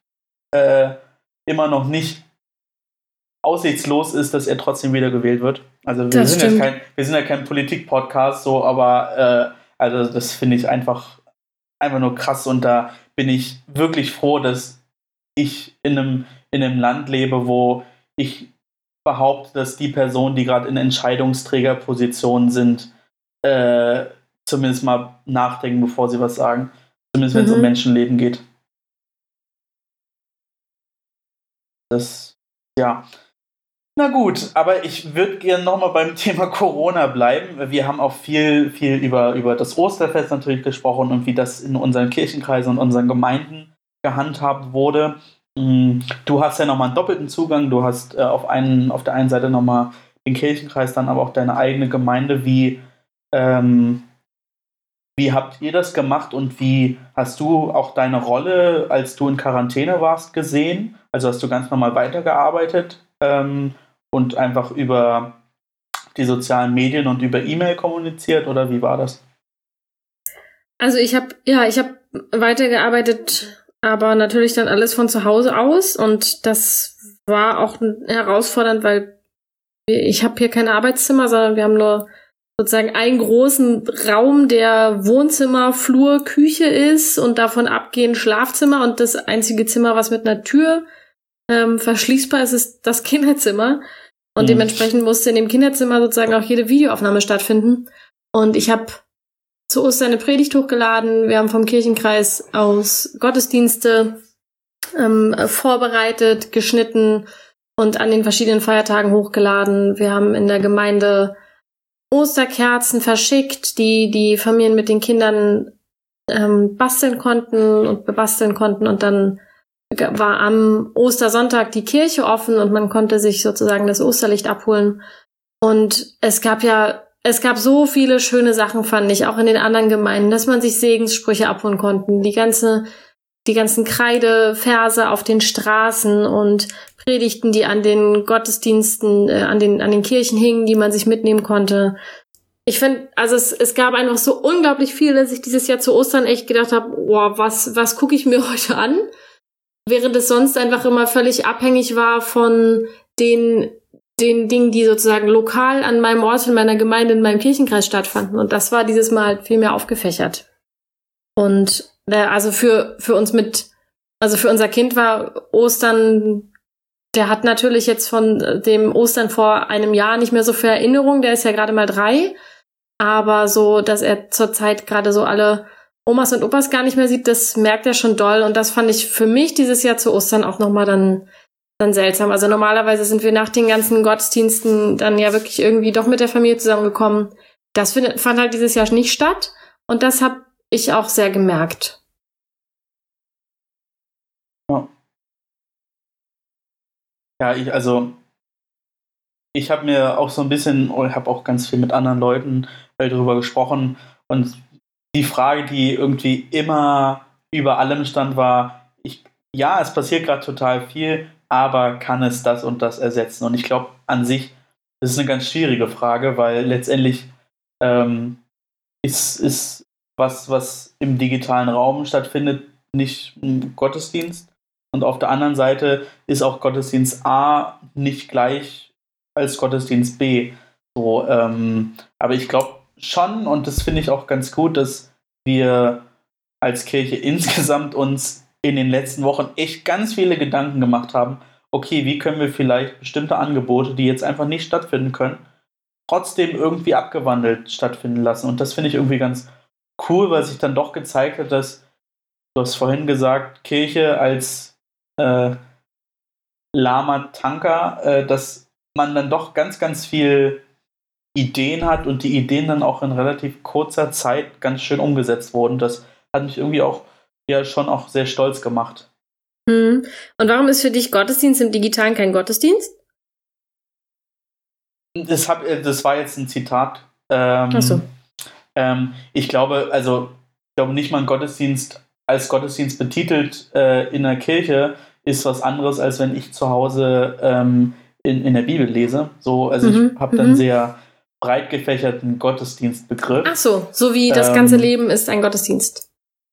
[SPEAKER 1] aussichtslos ist, dass er trotzdem wieder gewählt wird. Also wir sind ja kein Politik-Podcast, so, aber also das finde ich einfach nur krass und da bin ich wirklich froh, dass ich in einem Land lebe, wo ich behaupte, dass die Personen, die gerade in Entscheidungsträgerpositionen sind, zumindest mal nachdenken, bevor sie was sagen. Zumindest wenn es um Menschenleben geht. Das, ja. Na gut, aber ich würde gerne nochmal beim Thema Corona bleiben. Wir haben auch viel über das Osterfest natürlich gesprochen und wie das in unseren Kirchenkreisen und unseren Gemeinden gehandhabt wurde. Du hast ja nochmal einen doppelten Zugang. Du hast auf der einen Seite nochmal den Kirchenkreis, dann aber auch deine eigene Gemeinde. Wie habt ihr das gemacht und wie hast du auch deine Rolle, als du in Quarantäne warst, gesehen? Also hast du ganz normal weitergearbeitet und einfach über die sozialen Medien und über E-Mail kommuniziert oder wie war das?
[SPEAKER 3] Also ich habe weitergearbeitet, aber natürlich dann alles von zu Hause aus und das war auch herausfordernd, weil ich habe hier kein Arbeitszimmer, sondern wir haben nur sozusagen einen großen Raum, der Wohnzimmer, Flur, Küche ist und davon abgehend Schlafzimmer und das einzige Zimmer, was mit einer Tür verschließbar ist, ist das Kinderzimmer und dementsprechend musste in dem Kinderzimmer sozusagen auch jede Videoaufnahme stattfinden und ich habe zu Ostern eine Predigt hochgeladen, wir haben vom Kirchenkreis aus Gottesdienste vorbereitet, geschnitten und an den verschiedenen Feiertagen hochgeladen, wir haben in der Gemeinde Osterkerzen verschickt, die Familien mit den Kindern basteln konnten und bebasteln konnten und dann war am Ostersonntag die Kirche offen und man konnte sich sozusagen das Osterlicht abholen und es gab so viele schöne Sachen, fand ich, auch in den anderen Gemeinden, dass man sich Segenssprüche abholen konnte, die ganze die ganzen Kreideverse auf den Straßen und Predigten, die an den Gottesdiensten, an den Kirchen hingen, die man sich mitnehmen konnte. Ich finde, also es gab einfach so unglaublich viel, dass ich dieses Jahr zu Ostern echt gedacht habe, wow, was gucke ich mir heute an? Während es sonst einfach immer völlig abhängig war von den Dingen, die sozusagen lokal an meinem Ort, in meiner Gemeinde, in meinem Kirchenkreis stattfanden. Und das war dieses Mal halt viel mehr aufgefächert. Und also für unser Kind war Ostern, der hat natürlich jetzt von dem Ostern vor einem Jahr nicht mehr so viel Erinnerung, der ist ja gerade mal 3, aber so, dass er zurzeit gerade so alle Omas und Opas gar nicht mehr sieht, das merkt er schon doll und das fand ich für mich dieses Jahr zu Ostern auch nochmal dann seltsam. Also normalerweise sind wir nach den ganzen Gottesdiensten dann ja wirklich irgendwie doch mit der Familie zusammengekommen. Das fand halt dieses Jahr nicht statt und das habe ich auch sehr gemerkt.
[SPEAKER 1] Ja, ich habe mir auch so ein bisschen, oder habe auch ganz viel mit anderen Leuten darüber gesprochen und die Frage, die irgendwie immer über allem stand, war, ja, es passiert gerade total viel, aber kann es das und das ersetzen? Und ich glaube, an sich, das ist eine ganz schwierige Frage, weil letztendlich ist was im digitalen Raum stattfindet, nicht ein Gottesdienst. Und auf der anderen Seite ist auch Gottesdienst A nicht gleich als Gottesdienst B. So, aber ich glaube schon, und das finde ich auch ganz gut, dass wir als Kirche insgesamt uns in den letzten Wochen echt ganz viele Gedanken gemacht haben, okay, wie können wir vielleicht bestimmte Angebote, die jetzt einfach nicht stattfinden können, trotzdem irgendwie abgewandelt stattfinden lassen. Und das finde ich irgendwie ganz cool, weil sich dann doch gezeigt hat, dass, du hast vorhin gesagt, Kirche als lahmer Tanker, dass man dann doch ganz, ganz viel Ideen hat und die Ideen dann auch in relativ kurzer Zeit ganz schön umgesetzt wurden. Das hat mich irgendwie auch ja schon auch sehr stolz gemacht.
[SPEAKER 3] Und warum ist für dich Gottesdienst im Digitalen kein Gottesdienst?
[SPEAKER 1] Das war jetzt ein Zitat.
[SPEAKER 3] Ach so.
[SPEAKER 1] Ich glaube nicht mal ein Gottesdienst als Gottesdienst betitelt in der Kirche ist was anderes, als wenn ich zu Hause in der Bibel lese. So, also ich habe dann sehr breit gefächerten Gottesdienstbegriff.
[SPEAKER 3] Ach so wie das ganze Leben ist ein Gottesdienst.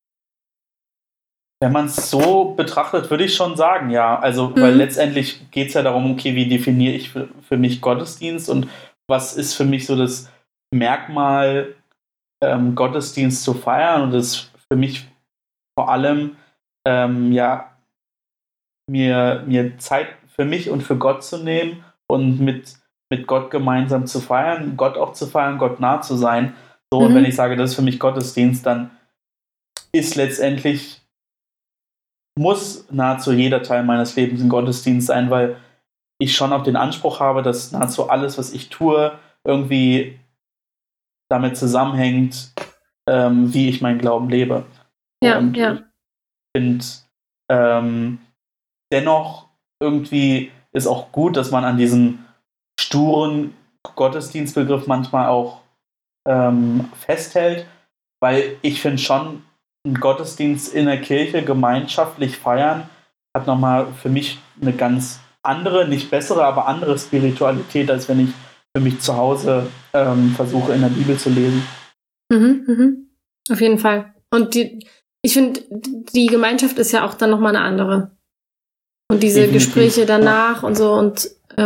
[SPEAKER 1] Wenn man es so betrachtet, würde ich schon sagen, ja. Also, weil letztendlich geht es ja darum, okay, wie definiere ich für mich Gottesdienst und was ist für mich so das Merkmal, Gottesdienst zu feiern, und das ist für mich vor allem, mir Zeit für mich und für Gott zu nehmen und mit Gott gemeinsam zu feiern, Gott auch zu feiern, Gott nah zu sein. So, und wenn ich sage, das ist für mich Gottesdienst, dann ist letztendlich, muss nahezu jeder Teil meines Lebens ein Gottesdienst sein, weil ich schon auch den Anspruch habe, dass nahezu alles, was ich tue, irgendwie damit zusammenhängt, wie ich meinen Glauben lebe.
[SPEAKER 3] Ja,
[SPEAKER 1] und
[SPEAKER 3] ja.
[SPEAKER 1] Ich finde, dennoch irgendwie ist auch gut, dass man an diesem sturen Gottesdienstbegriff manchmal auch festhält, weil ich finde schon, ein Gottesdienst in der Kirche gemeinschaftlich feiern hat nochmal für mich eine ganz andere, nicht bessere, aber andere Spiritualität, als wenn ich für mich zu Hause versuche, in der Bibel zu lesen.
[SPEAKER 3] Auf jeden Fall. Und ich finde, die Gemeinschaft ist ja auch dann nochmal eine andere. Und diese
[SPEAKER 1] Definitiv.
[SPEAKER 3] Gespräche danach und so und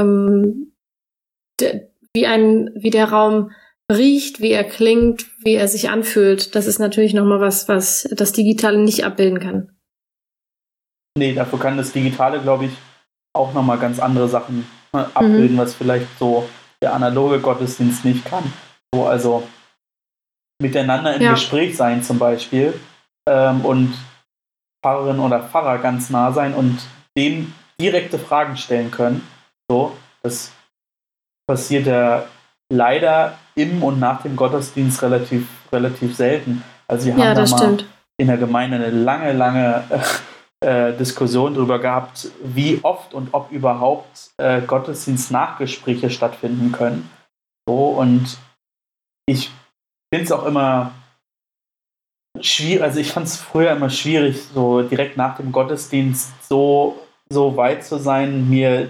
[SPEAKER 3] wie der Raum riecht, wie er klingt, wie er sich anfühlt, das ist natürlich nochmal was das Digitale nicht abbilden kann.
[SPEAKER 1] Nee, dafür kann das Digitale, glaube ich, auch nochmal ganz andere Sachen abbilden, was vielleicht so der analoge Gottesdienst nicht kann. So, also miteinander im Gespräch sein zum Beispiel und Pfarrerin oder Pfarrer ganz nah sein und denen direkte Fragen stellen können. So, das passiert ja leider im und nach dem Gottesdienst relativ selten. Also wir haben da mal in der Gemeinde eine lange Diskussion darüber gehabt, wie oft und ob überhaupt Gottesdienst-Nachgespräche stattfinden können. So, und ich finde es auch immer Also ich fand es früher immer schwierig, so direkt nach dem Gottesdienst so weit zu sein, mir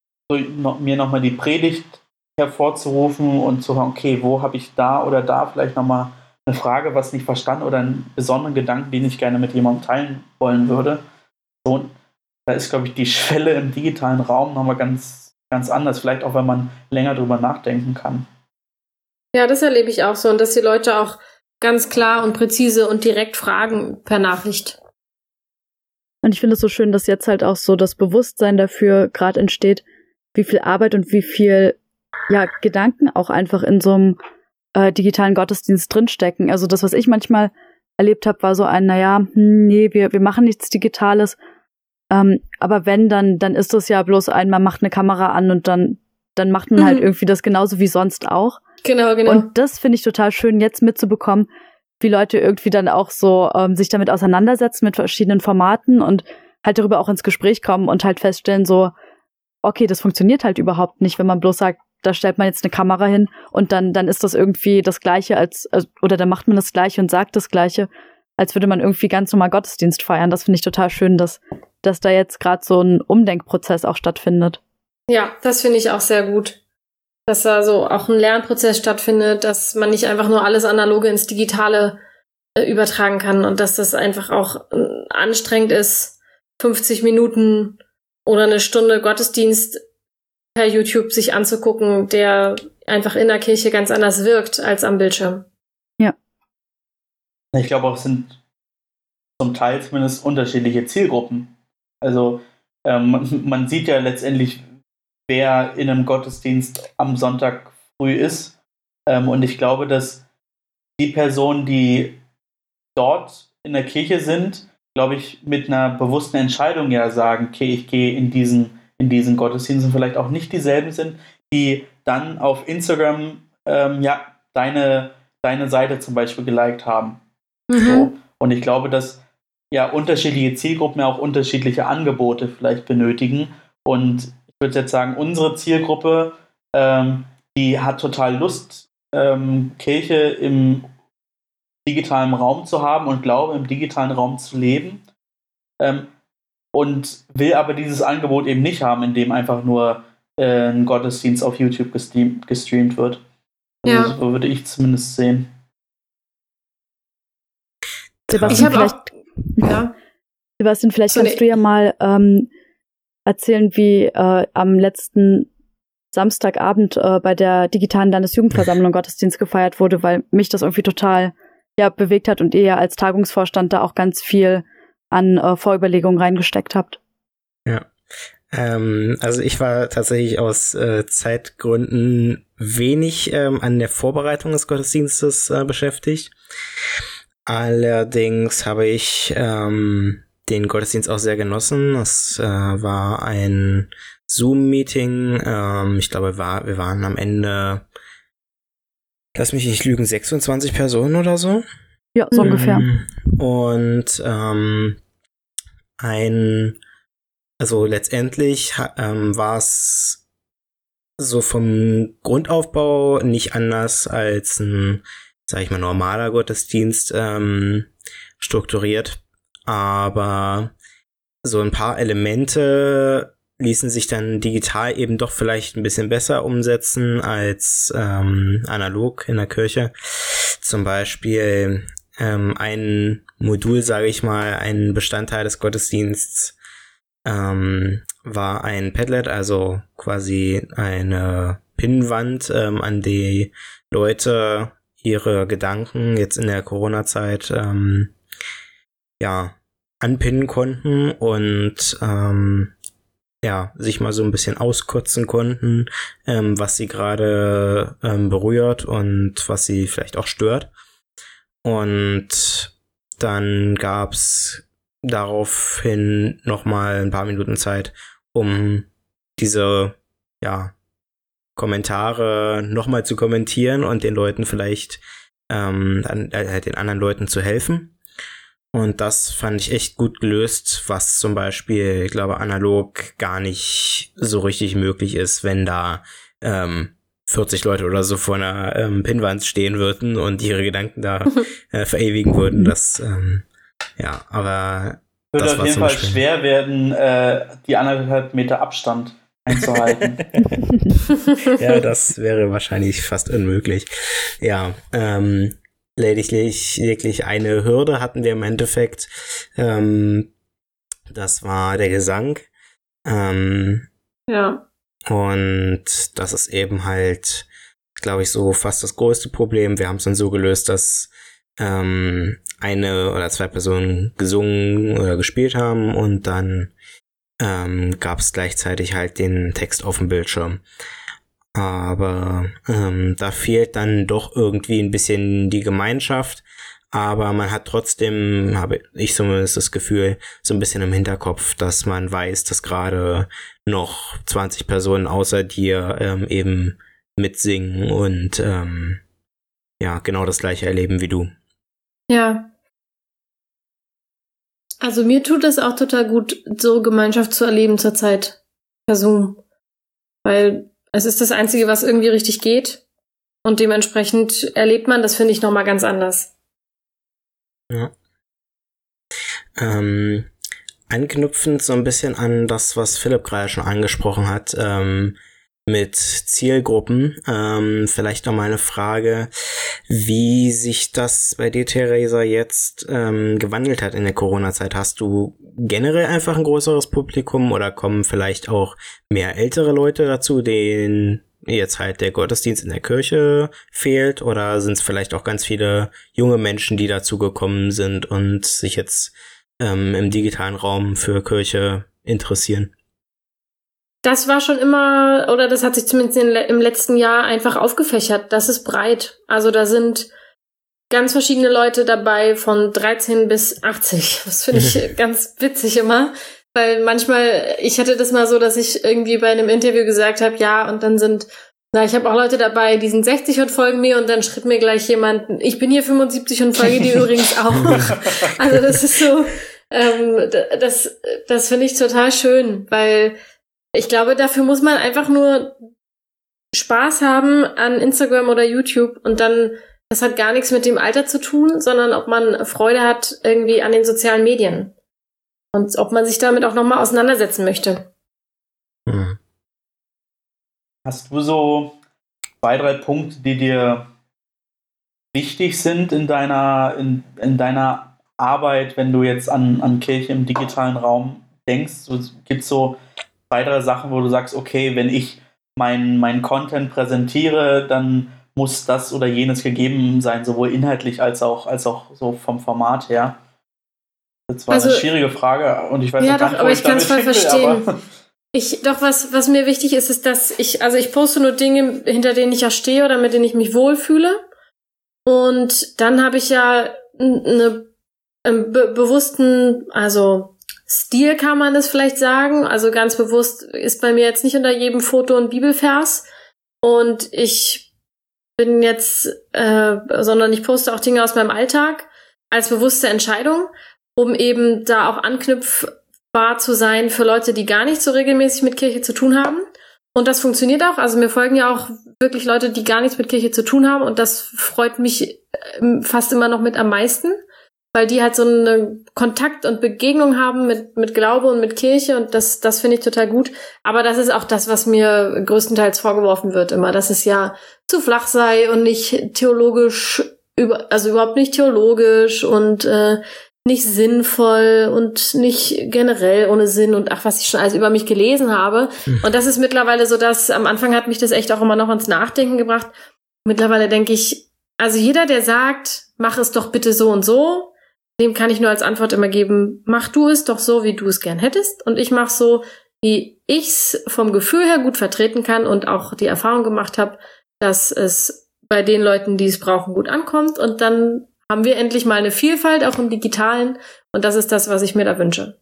[SPEAKER 1] nochmal die Predigt hervorzurufen und zu sagen, okay, wo habe ich da oder da vielleicht nochmal eine Frage, was nicht verstanden oder einen besonderen Gedanken, den ich gerne mit jemandem teilen wollen würde. So, da ist, glaube ich, die Schwelle im digitalen Raum nochmal ganz, ganz anders. Vielleicht auch, wenn man länger drüber nachdenken kann.
[SPEAKER 3] Ja, das erlebe ich auch so. Und dass die Leute auch ganz klar und präzise und direkt fragen per Nachricht.
[SPEAKER 4] Und ich finde es so schön, dass jetzt halt auch so das Bewusstsein dafür gerade entsteht, wie viel Arbeit und wie viel Gedanken auch einfach in so einem digitalen Gottesdienst drinstecken. Also das, was ich manchmal erlebt habe, war so ein, wir machen nichts Digitales. Aber wenn, dann ist das ja bloß man macht eine Kamera an und dann macht man halt irgendwie das genauso wie sonst auch.
[SPEAKER 3] Genau.
[SPEAKER 4] Und das finde ich total schön, jetzt mitzubekommen, wie Leute irgendwie dann auch so sich damit auseinandersetzen mit verschiedenen Formaten und halt darüber auch ins Gespräch kommen und halt feststellen so, okay, das funktioniert halt überhaupt nicht, wenn man bloß sagt, da stellt man jetzt eine Kamera hin und dann ist das irgendwie das Gleiche oder dann macht man das Gleiche und sagt das Gleiche, als würde man irgendwie ganz normal Gottesdienst feiern. Das finde ich total schön, dass da jetzt gerade so ein Umdenkprozess auch stattfindet.
[SPEAKER 3] Ja, das finde ich auch sehr gut. Dass da so auch ein Lernprozess stattfindet, dass man nicht einfach nur alles Analoge ins Digitale übertragen kann und dass das einfach auch anstrengend ist, 50 Minuten oder eine Stunde Gottesdienst per YouTube sich anzugucken, der einfach in der Kirche ganz anders wirkt als am Bildschirm.
[SPEAKER 4] Ja.
[SPEAKER 1] Ich glaube auch, es sind zum Teil zumindest unterschiedliche Zielgruppen. Also man sieht ja letztendlich, wer in einem Gottesdienst am Sonntag früh ist. Und ich glaube, dass die Personen, die dort in der Kirche sind, glaube ich, mit einer bewussten Entscheidung ja sagen, okay, ich gehe in diesen Gottesdienst und vielleicht auch nicht dieselben sind, die dann auf Instagram deine Seite zum Beispiel geliked haben. So. Und ich glaube, dass unterschiedliche Zielgruppen ja auch unterschiedliche Angebote vielleicht benötigen. Und ich würde jetzt sagen, unsere Zielgruppe, die hat total Lust, Kirche im digitalen Raum zu haben und Glaube im digitalen Raum zu leben. Und will aber dieses Angebot eben nicht haben, in dem einfach nur ein Gottesdienst auf YouTube gestreamt wird. Also so würde ich zumindest sehen.
[SPEAKER 4] Sebastian, vielleicht kannst du ja mal erzählen, wie am letzten Samstagabend bei der digitalen Landesjugendversammlung Gottesdienst gefeiert wurde, weil mich das irgendwie total bewegt hat und ihr ja als Tagungsvorstand da auch ganz viel an Vorüberlegungen reingesteckt habt.
[SPEAKER 2] Ja, also ich war tatsächlich aus Zeitgründen wenig an der Vorbereitung des Gottesdienstes beschäftigt. Allerdings habe ich den Gottesdienst auch sehr genossen. Es war ein Zoom-Meeting. Ich glaube, wir waren am Ende, lass mich nicht lügen, 26 Personen oder so.
[SPEAKER 4] Ja, so ungefähr.
[SPEAKER 2] Und also letztendlich war es so vom Grundaufbau nicht anders als ein, sag ich mal, normaler Gottesdienst strukturiert, aber so ein paar Elemente ließen sich dann digital eben doch vielleicht ein bisschen besser umsetzen als analog in der Kirche. Zum Beispiel ein Modul, sage ich mal, ein Bestandteil des Gottesdienstes war ein Padlet, also quasi eine Pinnwand, an die Leute ihre Gedanken jetzt in der Corona-Zeit anpinnen konnten und sich mal so ein bisschen auskotzen konnten, was sie gerade berührt und was sie vielleicht auch stört. Und dann gab's daraufhin nochmal ein paar Minuten Zeit, um diese Kommentare nochmal zu kommentieren und den Leuten vielleicht den anderen Leuten zu helfen. Und das fand ich echt gut gelöst, was zum Beispiel, ich glaube, analog gar nicht so richtig möglich ist, wenn da 40 Leute oder so vor einer Pinnwand stehen würden und ihre Gedanken da verewigen würden. Das, ja, aber
[SPEAKER 1] würde auf jeden Fall schwer werden, die 1,5 Meter Abstand einzuhalten.
[SPEAKER 2] Ja, das wäre wahrscheinlich fast unmöglich. Ja, lediglich eine Hürde hatten wir im Endeffekt. Das war der Gesang.
[SPEAKER 3] Ja.
[SPEAKER 2] Und das ist eben halt, glaube ich, so fast das größte Problem. Wir haben es dann so gelöst, dass eine oder zwei Personen gesungen oder gespielt haben und dann gab es gleichzeitig halt den Text auf dem Bildschirm. Aber da fehlt dann doch irgendwie ein bisschen die Gemeinschaft. Aber man hat trotzdem, habe ich zumindest das Gefühl, so ein bisschen im Hinterkopf, dass man weiß, dass gerade noch 20 Personen außer dir eben mitsingen und ja, genau das Gleiche erleben wie du.
[SPEAKER 3] Ja. Also mir tut es auch total gut, so Gemeinschaft zu erleben zurzeit per Zoom. Weil es ist das Einzige, was irgendwie richtig geht. Und dementsprechend erlebt man das, finde ich, nochmal ganz anders.
[SPEAKER 2] Ja. Anknüpfend so ein bisschen an das, was Philipp gerade schon angesprochen hat, mit Zielgruppen, vielleicht noch mal eine Frage, wie sich das bei dir, Theresa, jetzt gewandelt hat in der Corona-Zeit. Hast du generell einfach ein größeres Publikum oder kommen vielleicht auch mehr ältere Leute dazu, denen jetzt halt der Gottesdienst in der Kirche fehlt, oder sind es vielleicht auch ganz viele junge Menschen, die dazu gekommen sind und sich jetzt im digitalen Raum für Kirche interessieren?
[SPEAKER 3] Das war schon immer, oder das hat sich zumindest im letzten Jahr einfach aufgefächert. Das ist breit. Also da sind ganz verschiedene Leute dabei, von 13 bis 80. Das finde ich ganz witzig immer. Weil manchmal, ich hatte das mal so, dass ich irgendwie bei einem Interview gesagt habe, ja, und dann ich habe auch Leute dabei, die sind 60 und folgen mir, und dann schrieb mir gleich jemand, ich bin hier 75 und folge dir übrigens auch. Also das ist so, das finde ich total schön, weil ich glaube, dafür muss man einfach nur Spaß haben an Instagram oder YouTube, und dann, das hat gar nichts mit dem Alter zu tun, sondern ob man Freude hat irgendwie an den sozialen Medien. Und ob man sich damit auch nochmal auseinandersetzen möchte.
[SPEAKER 2] Mhm.
[SPEAKER 1] Hast du so 2, 3 Punkte, die dir wichtig sind in deiner Arbeit, wenn du jetzt an Kirche im digitalen Raum denkst? Gibt es so 2, 3 Sachen, wo du sagst, okay, wenn ich meinen Content präsentiere, dann muss das oder jenes gegeben sein, sowohl inhaltlich als auch so vom Format her? Das war eine schwierige Frage und ich weiß
[SPEAKER 3] ja,
[SPEAKER 1] auch gar nicht,
[SPEAKER 3] aber ich kann es voll verstehen.
[SPEAKER 1] Aber
[SPEAKER 3] was mir wichtig ist, ist, dass ich poste nur Dinge, hinter denen ich ja stehe oder mit denen ich mich wohlfühle. Und dann habe ich ja einen bewussten, also Stil kann man das vielleicht sagen. Also ganz bewusst ist bei mir jetzt nicht unter jedem Foto ein Bibelvers. Und ich bin jetzt, sondern ich poste auch Dinge aus meinem Alltag als bewusste Entscheidung, um eben da auch anknüpfbar zu sein für Leute, die gar nicht so regelmäßig mit Kirche zu tun haben. Und das funktioniert auch. Also mir folgen ja auch wirklich Leute, die gar nichts mit Kirche zu tun haben. Und das freut mich fast immer noch mit am meisten, weil die halt so eine Kontakt und Begegnung haben mit Glaube und mit Kirche. Und das finde ich total gut. Aber das ist auch das, was mir größtenteils vorgeworfen wird immer, dass es ja zu flach sei und nicht theologisch, also überhaupt nicht theologisch und nicht sinnvoll und nicht generell ohne Sinn und was ich schon alles über mich gelesen habe. Und das ist mittlerweile so, dass am Anfang hat mich das echt auch immer noch ins Nachdenken gebracht. Mittlerweile denke ich, also jeder, der sagt, mach es doch bitte so und so, dem kann ich nur als Antwort immer geben, mach du es doch so, wie du es gern hättest, und ich mach so, wie ich's vom Gefühl her gut vertreten kann und auch die Erfahrung gemacht habe, dass es bei den Leuten, die es brauchen, gut ankommt, und dann haben wir endlich mal eine Vielfalt, auch im Digitalen. Und das ist das, was ich mir da wünsche.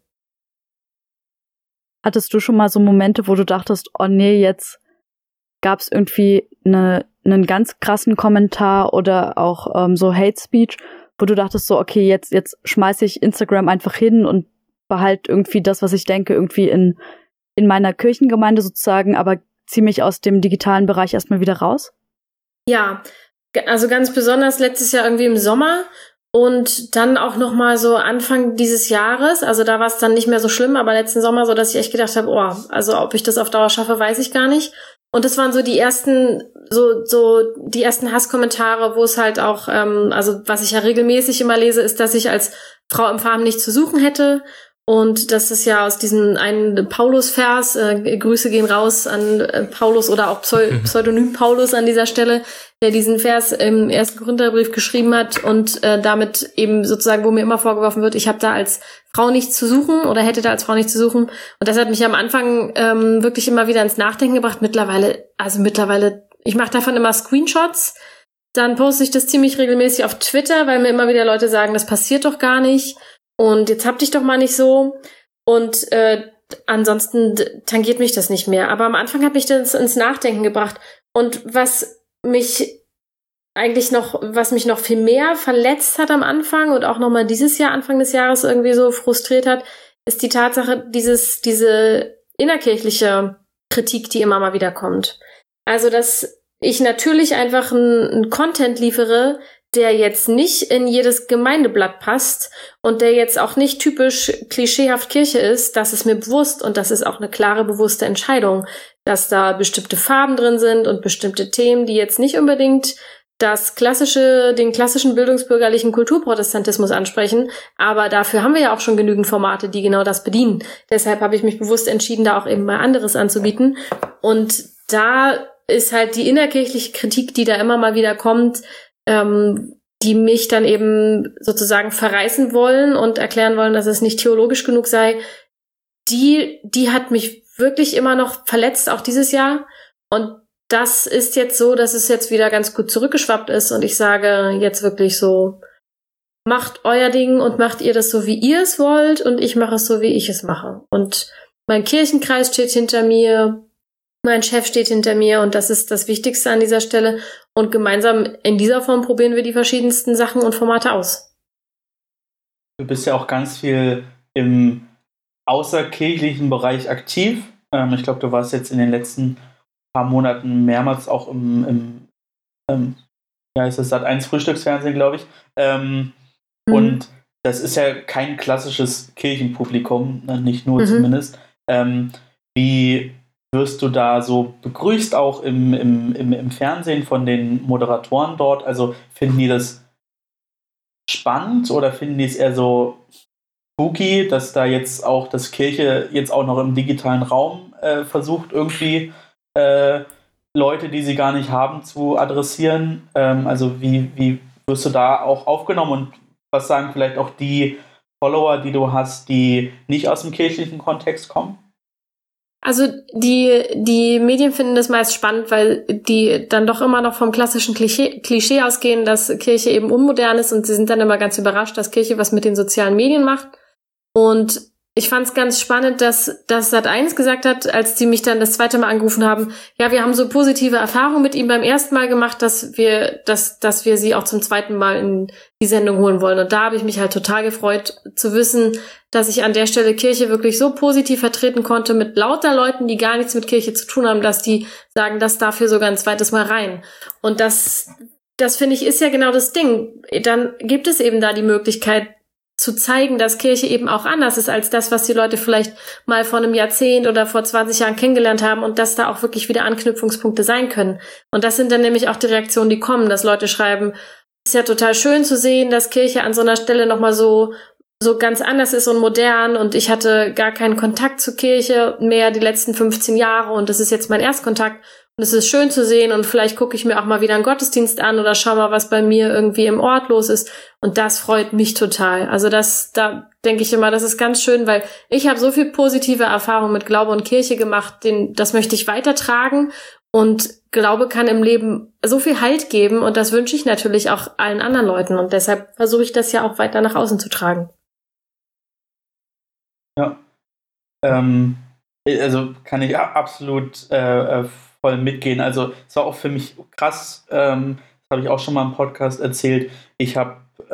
[SPEAKER 4] Hattest du schon mal so Momente, wo du dachtest, oh nee, jetzt gab es irgendwie einen ganz krassen Kommentar oder auch so Hate Speech, wo du dachtest so, okay, jetzt schmeiße ich Instagram einfach hin und behalte irgendwie das, was ich denke, irgendwie in meiner Kirchengemeinde sozusagen, aber ziehe mich aus dem digitalen Bereich erstmal wieder raus?
[SPEAKER 3] Ja, also ganz besonders letztes Jahr irgendwie im Sommer und dann auch noch mal so Anfang dieses Jahres. Also da war es dann nicht mehr so schlimm, aber letzten Sommer so, dass ich echt gedacht habe, also ob ich das auf Dauer schaffe, weiß ich gar nicht. Und das waren so die ersten die ersten Hasskommentare, wo es halt auch, also was ich ja regelmäßig immer lese, ist, dass ich als Frau im Farm nicht zu suchen hätte. Und das ist ja aus diesem einen Paulus-Vers, Grüße gehen raus an Paulus oder auch Pseudonym Paulus an dieser Stelle, der diesen Vers im 1. Korintherbrief geschrieben hat und damit eben sozusagen, wo mir immer vorgeworfen wird, ich habe da als Frau nichts zu suchen oder hätte da als Frau nichts zu suchen. Und das hat mich am Anfang wirklich immer wieder ins Nachdenken gebracht. Mittlerweile, ich mache davon immer Screenshots. Dann poste ich das ziemlich regelmäßig auf Twitter, weil mir immer wieder Leute sagen, das passiert doch gar nicht. Und jetzt hab dich doch mal nicht so. Und ansonsten tangiert mich das nicht mehr. Aber am Anfang hat mich das ins Nachdenken gebracht. Und was mich noch viel mehr verletzt hat am Anfang und auch nochmal dieses Jahr, Anfang des Jahres irgendwie so frustriert hat, ist die Tatsache, diese innerkirchliche Kritik, die immer mal wieder kommt. Also, dass ich natürlich einfach einen Content liefere, der jetzt nicht in jedes Gemeindeblatt passt und der jetzt auch nicht typisch klischeehaft Kirche ist, das ist mir bewusst und das ist auch eine klare, bewusste Entscheidung, dass da bestimmte Farben drin sind und bestimmte Themen, die jetzt nicht unbedingt den klassischen bildungsbürgerlichen Kulturprotestantismus ansprechen, aber dafür haben wir ja auch schon genügend Formate, die genau das bedienen. Deshalb habe ich mich bewusst entschieden, da auch eben mal anderes anzubieten. Und da ist halt die innerkirchliche Kritik, die da immer mal wieder kommt, die mich dann eben sozusagen verreißen wollen und erklären wollen, dass es nicht theologisch genug sei, die hat mich wirklich immer noch verletzt, auch dieses Jahr. Und das ist jetzt so, dass es jetzt wieder ganz gut zurückgeschwappt ist und ich sage jetzt wirklich so, macht euer Ding und macht ihr das so, wie ihr es wollt und ich mache es so, wie ich es mache. Und mein Kirchenkreis steht hinter mir, mein Chef steht hinter mir und das ist das Wichtigste an dieser Stelle. Und gemeinsam in dieser Form probieren wir die verschiedensten Sachen und Formate aus.
[SPEAKER 1] Du bist ja auch ganz viel im außerkirchlichen Bereich aktiv. Ich glaube, du warst jetzt in den letzten paar Monaten mehrmals auch im Sat.1 Frühstücksfernsehen, glaube ich. Und das ist ja kein klassisches Kirchenpublikum, nicht nur zumindest. Wie wirst du da so begrüßt, auch im Fernsehen von den Moderatoren dort? Also finden die das spannend oder finden die es eher so spooky, dass da jetzt auch das Kirche jetzt auch noch im digitalen Raum versucht, irgendwie Leute, die sie gar nicht haben, zu adressieren? Also wie wirst du da auch aufgenommen und was sagen vielleicht auch die Follower, die du hast, die nicht aus dem kirchlichen Kontext kommen?
[SPEAKER 3] Also die Medien finden das meist spannend, weil die dann doch immer noch vom klassischen Klischee ausgehen, dass Kirche eben unmodern ist und sie sind dann immer ganz überrascht, dass Kirche was mit den sozialen Medien macht. Und ich fand es ganz spannend, dass Sat.1 gesagt hat, als die mich dann das zweite Mal angerufen haben, ja, wir haben so positive Erfahrungen mit ihm beim ersten Mal gemacht, dass wir sie auch zum zweiten Mal in die Sendung holen wollen. Und da habe ich mich halt total gefreut zu wissen, dass ich an der Stelle Kirche wirklich so positiv vertreten konnte mit lauter Leuten, die gar nichts mit Kirche zu tun haben, dass die sagen, das darf hier sogar ein zweites Mal rein. Und das finde ich ist ja genau das Ding. Dann gibt es eben da die Möglichkeit, zu zeigen, dass Kirche eben auch anders ist als das, was die Leute vielleicht mal vor einem Jahrzehnt oder vor 20 Jahren kennengelernt haben und dass da auch wirklich wieder Anknüpfungspunkte sein können. Und das sind dann nämlich auch die Reaktionen, die kommen, dass Leute schreiben, ist ja total schön zu sehen, dass Kirche an so einer Stelle nochmal so ganz anders ist und modern und ich hatte gar keinen Kontakt zur Kirche mehr die letzten 15 Jahre und das ist jetzt mein Erstkontakt. Und es ist schön zu sehen und vielleicht gucke ich mir auch mal wieder einen Gottesdienst an oder schau mal, was bei mir irgendwie im Ort los ist. Und das freut mich total. Also da denke ich immer, das ist ganz schön, weil ich habe so viel positive Erfahrung mit Glaube und Kirche gemacht, das möchte ich weitertragen. Und Glaube kann im Leben so viel Halt geben und das wünsche ich natürlich auch allen anderen Leuten. Und deshalb versuche ich das ja auch weiter nach außen zu tragen.
[SPEAKER 1] Ja, also kann ich absolut voll mitgehen. Also es war auch für mich krass, das habe ich auch schon mal im Podcast erzählt. Ich habe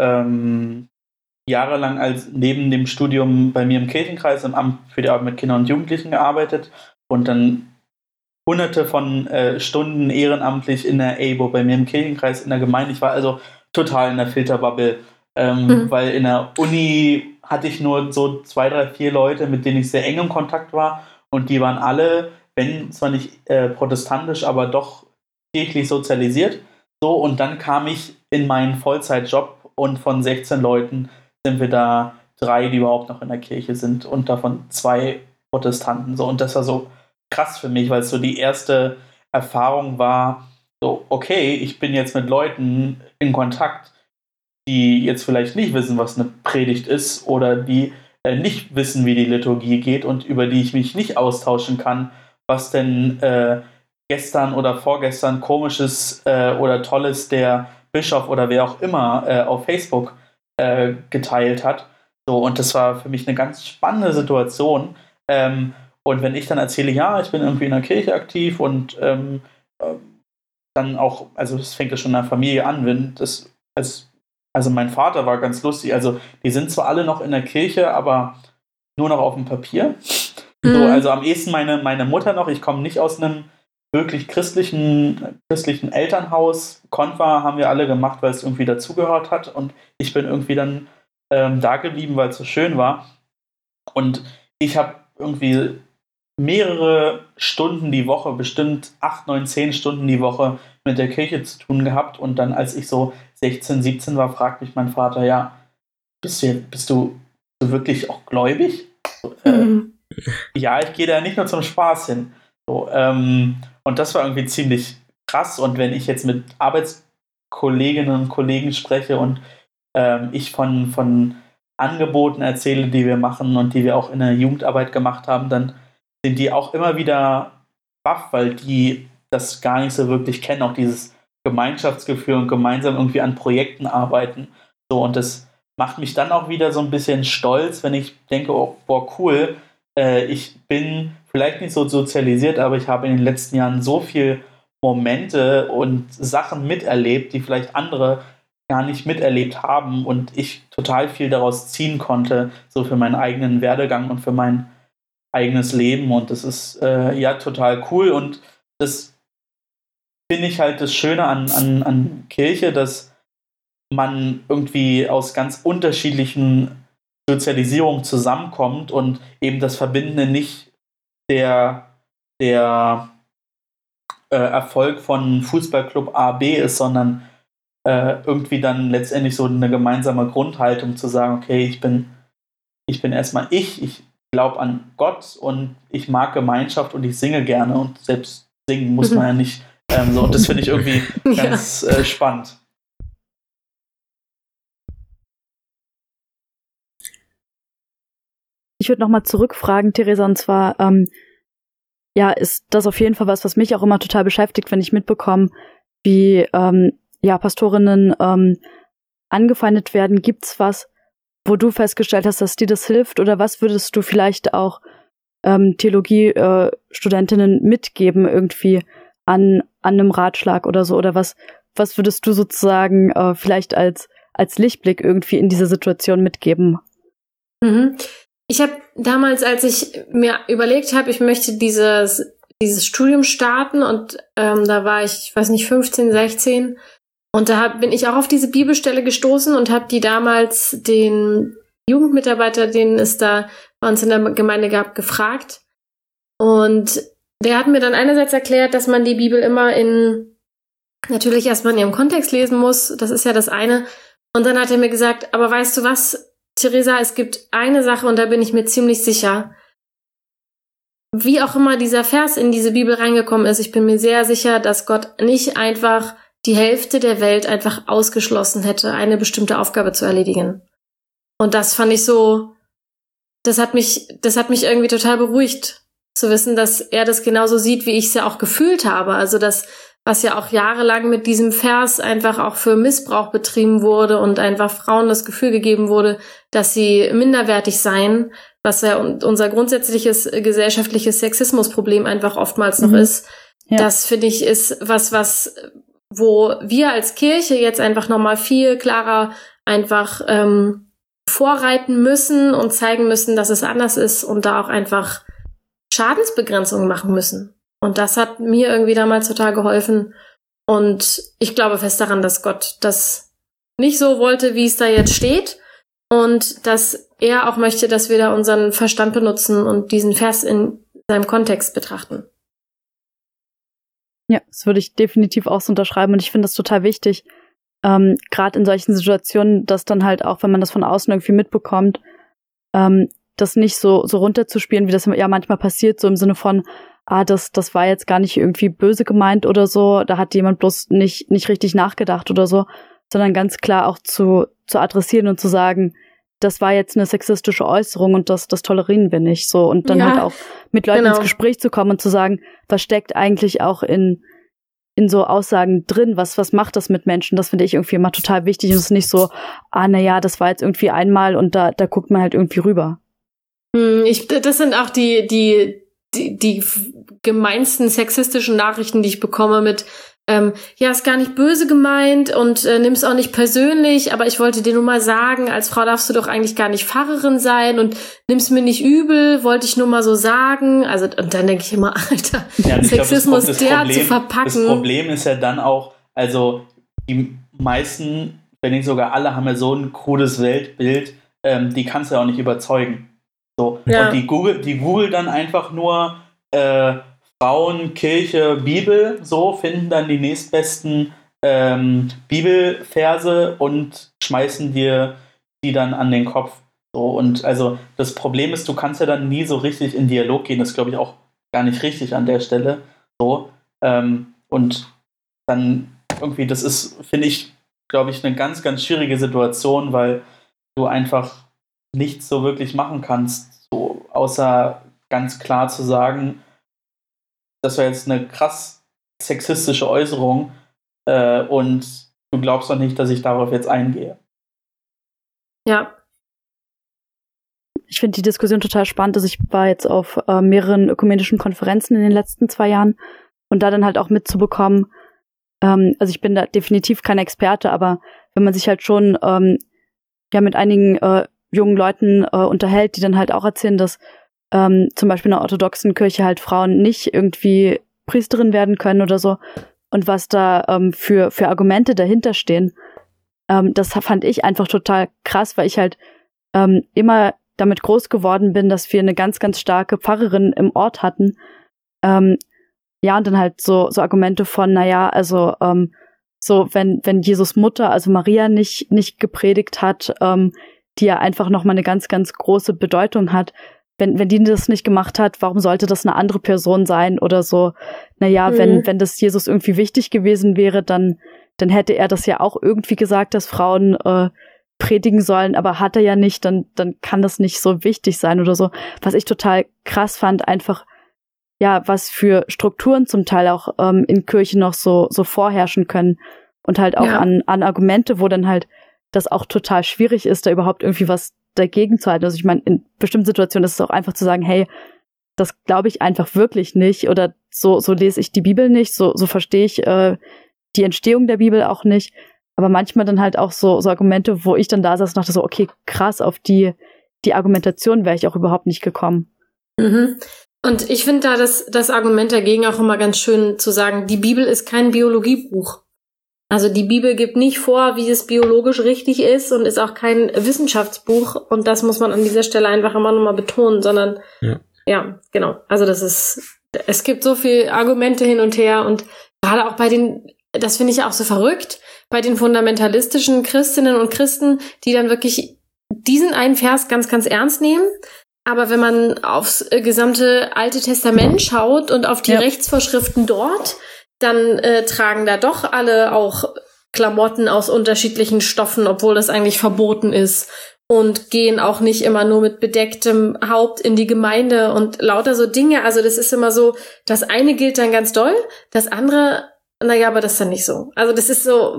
[SPEAKER 1] jahrelang neben dem Studium bei mir im Kirchenkreis im Amt für die Arbeit mit Kindern und Jugendlichen gearbeitet und dann hunderte von Stunden ehrenamtlich in der ABO, bei mir im Kirchenkreis, in der Gemeinde. Ich war also total in der Filterbubble, weil in der Uni hatte ich nur so 2, 3, 4 Leute, mit denen ich sehr eng im Kontakt war, und die waren alle, wenn zwar nicht protestantisch, aber doch kirchlich sozialisiert. So, und dann kam ich in meinen Vollzeitjob, und von 16 Leuten sind wir da 3, die überhaupt noch in der Kirche sind, und davon 2 Protestanten. So, und das war so krass für mich, weil es so die erste Erfahrung war, so, okay, ich bin jetzt mit Leuten in Kontakt, die jetzt vielleicht nicht wissen, was eine Predigt ist, oder die nicht wissen, wie die Liturgie geht, und über die ich mich nicht austauschen kann, was denn gestern oder vorgestern Komisches oder Tolles der Bischof oder wer auch immer auf Facebook geteilt hat. So, und das war für mich eine ganz spannende Situation. Und wenn ich dann erzähle, ja, ich bin irgendwie in der Kirche aktiv, und dann auch, also es fängt ja schon in der Familie an, wenn das, also mein Vater war ganz lustig, also die sind zwar alle noch in der Kirche, aber nur noch auf dem Papier. So, also am ehesten meine Mutter noch. Ich komme nicht aus einem wirklich christlichen Elternhaus. Konfa haben wir alle gemacht, weil es irgendwie dazugehört hat, und ich bin irgendwie dann da geblieben, weil es so schön war. Und ich habe irgendwie mehrere Stunden die Woche, bestimmt 8, 9, 10 Stunden die Woche mit der Kirche zu tun gehabt, und dann, als ich so 16, 17 war, fragt mich mein Vater, ja, bist du wirklich auch gläubig? So, ja, ich gehe da nicht nur zum Spaß hin. So, und das war irgendwie ziemlich krass, und wenn ich jetzt mit Arbeitskolleginnen und Kollegen spreche und ich von Angeboten erzähle, die wir machen und die wir auch in der Jugendarbeit gemacht haben, dann sind die auch immer wieder baff, weil die das gar nicht so wirklich kennen, auch dieses Gemeinschaftsgefühl und gemeinsam irgendwie an Projekten arbeiten. So, und das macht mich dann auch wieder so ein bisschen stolz, wenn ich denke, oh, boah, cool, ich bin vielleicht nicht so sozialisiert, aber ich habe in den letzten Jahren so viele Momente und Sachen miterlebt, die vielleicht andere gar nicht miterlebt haben, und ich total viel daraus ziehen konnte, so für meinen eigenen Werdegang und für mein eigenes Leben, und das ist ja total cool, und das finde ich halt das Schöne an Kirche, dass man irgendwie aus ganz unterschiedlichen Sozialisierungen zusammenkommt und eben das Verbindende nicht der Erfolg von Fußballclub A, B ist, sondern irgendwie dann letztendlich so eine gemeinsame Grundhaltung zu sagen, okay, ich bin erstmal ich glaube an Gott, und ich mag Gemeinschaft, und ich singe gerne, und selbst singen muss man ja nicht. So, und das finde ich irgendwie ganz spannend.
[SPEAKER 4] Ich würde nochmal zurückfragen, Theresa, und zwar, ja, ist das auf jeden Fall was mich auch immer total beschäftigt, wenn ich mitbekomme, wie Pastorinnen angefeindet werden. Gibt's was, wo du festgestellt hast, dass dir das hilft, oder was würdest du vielleicht auch Theologiestudentinnen mitgeben irgendwie an einem Ratschlag oder so, oder was würdest du sozusagen vielleicht als Lichtblick irgendwie in diese Situation mitgeben?
[SPEAKER 3] Ich habe damals, als ich mir überlegt habe, ich möchte dieses Studium starten, und da war ich weiß nicht, 15, 16, und da bin ich auch auf diese Bibelstelle gestoßen und habe die damals den Jugendmitarbeiter, den es da bei uns in der Gemeinde gab, gefragt. Und der hat mir dann einerseits erklärt, dass man die Bibel immer natürlich erstmal in ihrem Kontext lesen muss. Das ist ja das eine. Und dann hat er mir gesagt, aber weißt du was, Theresa, es gibt eine Sache, und da bin ich mir ziemlich sicher. Wie auch immer dieser Vers in diese Bibel reingekommen ist, ich bin mir sehr sicher, dass Gott nicht einfach die Hälfte der Welt einfach ausgeschlossen hätte, eine bestimmte Aufgabe zu erledigen. Und das fand ich so, das hat mich irgendwie total beruhigt, zu wissen, dass er das genauso sieht, wie ich es ja auch gefühlt habe. Also das, was ja auch jahrelang mit diesem Vers einfach auch für Missbrauch betrieben wurde und einfach Frauen das Gefühl gegeben wurde, dass sie minderwertig seien, was ja unser grundsätzliches gesellschaftliches Sexismusproblem einfach oftmals noch ist. Ja. Das, finde ich, ist was, wo wir als Kirche jetzt einfach nochmal viel klarer einfach vorreiten müssen und zeigen müssen, dass es anders ist, und da auch einfach Schadensbegrenzungen machen müssen. Und das hat mir irgendwie damals total geholfen. Und ich glaube fest daran, dass Gott das nicht so wollte, wie es da jetzt steht. Und dass er auch möchte, dass wir da unseren Verstand benutzen und diesen Vers in seinem Kontext betrachten.
[SPEAKER 4] Ja, das würde ich definitiv auch so unterschreiben. Und ich finde das total wichtig, gerade in solchen Situationen, dass dann halt auch, wenn man das von außen irgendwie mitbekommt, das nicht so runterzuspielen, wie das ja manchmal passiert, so im Sinne von, das war jetzt gar nicht irgendwie böse gemeint oder so, da hat jemand bloß nicht richtig nachgedacht oder so, sondern ganz klar auch zu adressieren und zu sagen, das war jetzt eine sexistische Äußerung und das tolerieren wir nicht, so. Und dann halt auch mit Leuten ins Gespräch zu kommen und zu sagen, was steckt eigentlich auch in so Aussagen drin, was macht das mit Menschen? Das finde ich irgendwie immer total wichtig und es ist nicht so, das war jetzt irgendwie einmal und da guckt man halt irgendwie rüber.
[SPEAKER 3] Das sind auch die gemeinsten sexistischen Nachrichten, die ich bekomme mit ist gar nicht böse gemeint und nimm's auch nicht persönlich, aber ich wollte dir nur mal sagen, als Frau darfst du doch eigentlich gar nicht Pfarrerin sein und nimm's mir nicht übel, wollte ich nur mal so sagen. Also, und dann denke ich immer, Alter, Sexismus zu verpacken.
[SPEAKER 1] Das Problem ist ja dann auch, also die meisten, wenn nicht sogar alle, haben ja so ein krudes Weltbild, die kannst du ja auch nicht überzeugen. So. Ja. Und die Google dann einfach nur Frauen, Kirche, Bibel, so finden dann die nächstbesten Bibelverse und schmeißen dir die dann an den Kopf. So. Und also das Problem ist, du kannst ja dann nie so richtig in Dialog gehen. Das ist, glaube ich, auch gar nicht richtig an der Stelle. So. Und dann irgendwie, das ist, finde ich, glaube ich, eine ganz, ganz schwierige Situation, weil du einfach nichts so wirklich machen kannst, so, außer ganz klar zu sagen, das war jetzt eine krass sexistische Äußerung und du glaubst doch nicht, dass ich darauf jetzt eingehe.
[SPEAKER 3] Ja.
[SPEAKER 4] Ich finde die Diskussion total spannend. Also ich war jetzt auf mehreren ökumenischen Konferenzen in den letzten 2 Jahren und da dann halt auch mitzubekommen, also ich bin da definitiv kein Experte, aber wenn man sich halt schon mit einigen jungen Leuten unterhält, die dann halt auch erzählen, dass zum Beispiel in der orthodoxen Kirche halt Frauen nicht irgendwie Priesterin werden können oder so und was da für Argumente dahinter stehen, das fand ich einfach total krass, weil ich halt immer damit groß geworden bin, dass wir eine ganz, ganz starke Pfarrerin im Ort hatten. Und dann halt so Argumente von, so wenn Jesus Mutter, also Maria nicht gepredigt hat, die ja einfach nochmal eine ganz, ganz große Bedeutung hat, wenn die das nicht gemacht hat, warum sollte das eine andere Person sein oder so? Wenn das Jesus irgendwie wichtig gewesen wäre, dann hätte er das ja auch irgendwie gesagt, dass Frauen predigen sollen, aber hat er ja nicht, dann kann das nicht so wichtig sein oder so. Was ich total krass fand, einfach, was für Strukturen zum Teil auch in Kirchen noch so vorherrschen können und halt auch an Argumente, wo dann halt das auch total schwierig ist, da überhaupt irgendwie was dagegen zu halten. Also ich meine, in bestimmten Situationen ist es auch einfach zu sagen, hey, das glaube ich einfach wirklich nicht oder so lese ich die Bibel nicht, so verstehe ich die Entstehung der Bibel auch nicht. Aber manchmal dann halt auch so Argumente, wo ich dann da saß und dachte so, okay, krass, auf die Argumentation wäre ich auch überhaupt nicht gekommen.
[SPEAKER 3] Mhm. Und ich finde da das Argument dagegen auch immer ganz schön zu sagen, die Bibel ist kein Biologiebuch. Also die Bibel gibt nicht vor, wie es biologisch richtig ist und ist auch kein Wissenschaftsbuch. Und das muss man an dieser Stelle einfach immer nochmal betonen, sondern ja, genau. Also es gibt so viele Argumente hin und her und gerade auch das finde ich auch so verrückt, bei den fundamentalistischen Christinnen und Christen, die dann wirklich diesen einen Vers ganz, ganz ernst nehmen. Aber wenn man aufs gesamte Alte Testament schaut und auf die Rechtsvorschriften dort, dann tragen da doch alle auch Klamotten aus unterschiedlichen Stoffen, obwohl das eigentlich verboten ist. Und gehen auch nicht immer nur mit bedecktem Haupt in die Gemeinde und lauter so Dinge. Also das ist immer so, das eine gilt dann ganz doll, das andere, aber das ist dann nicht so. Also das ist so,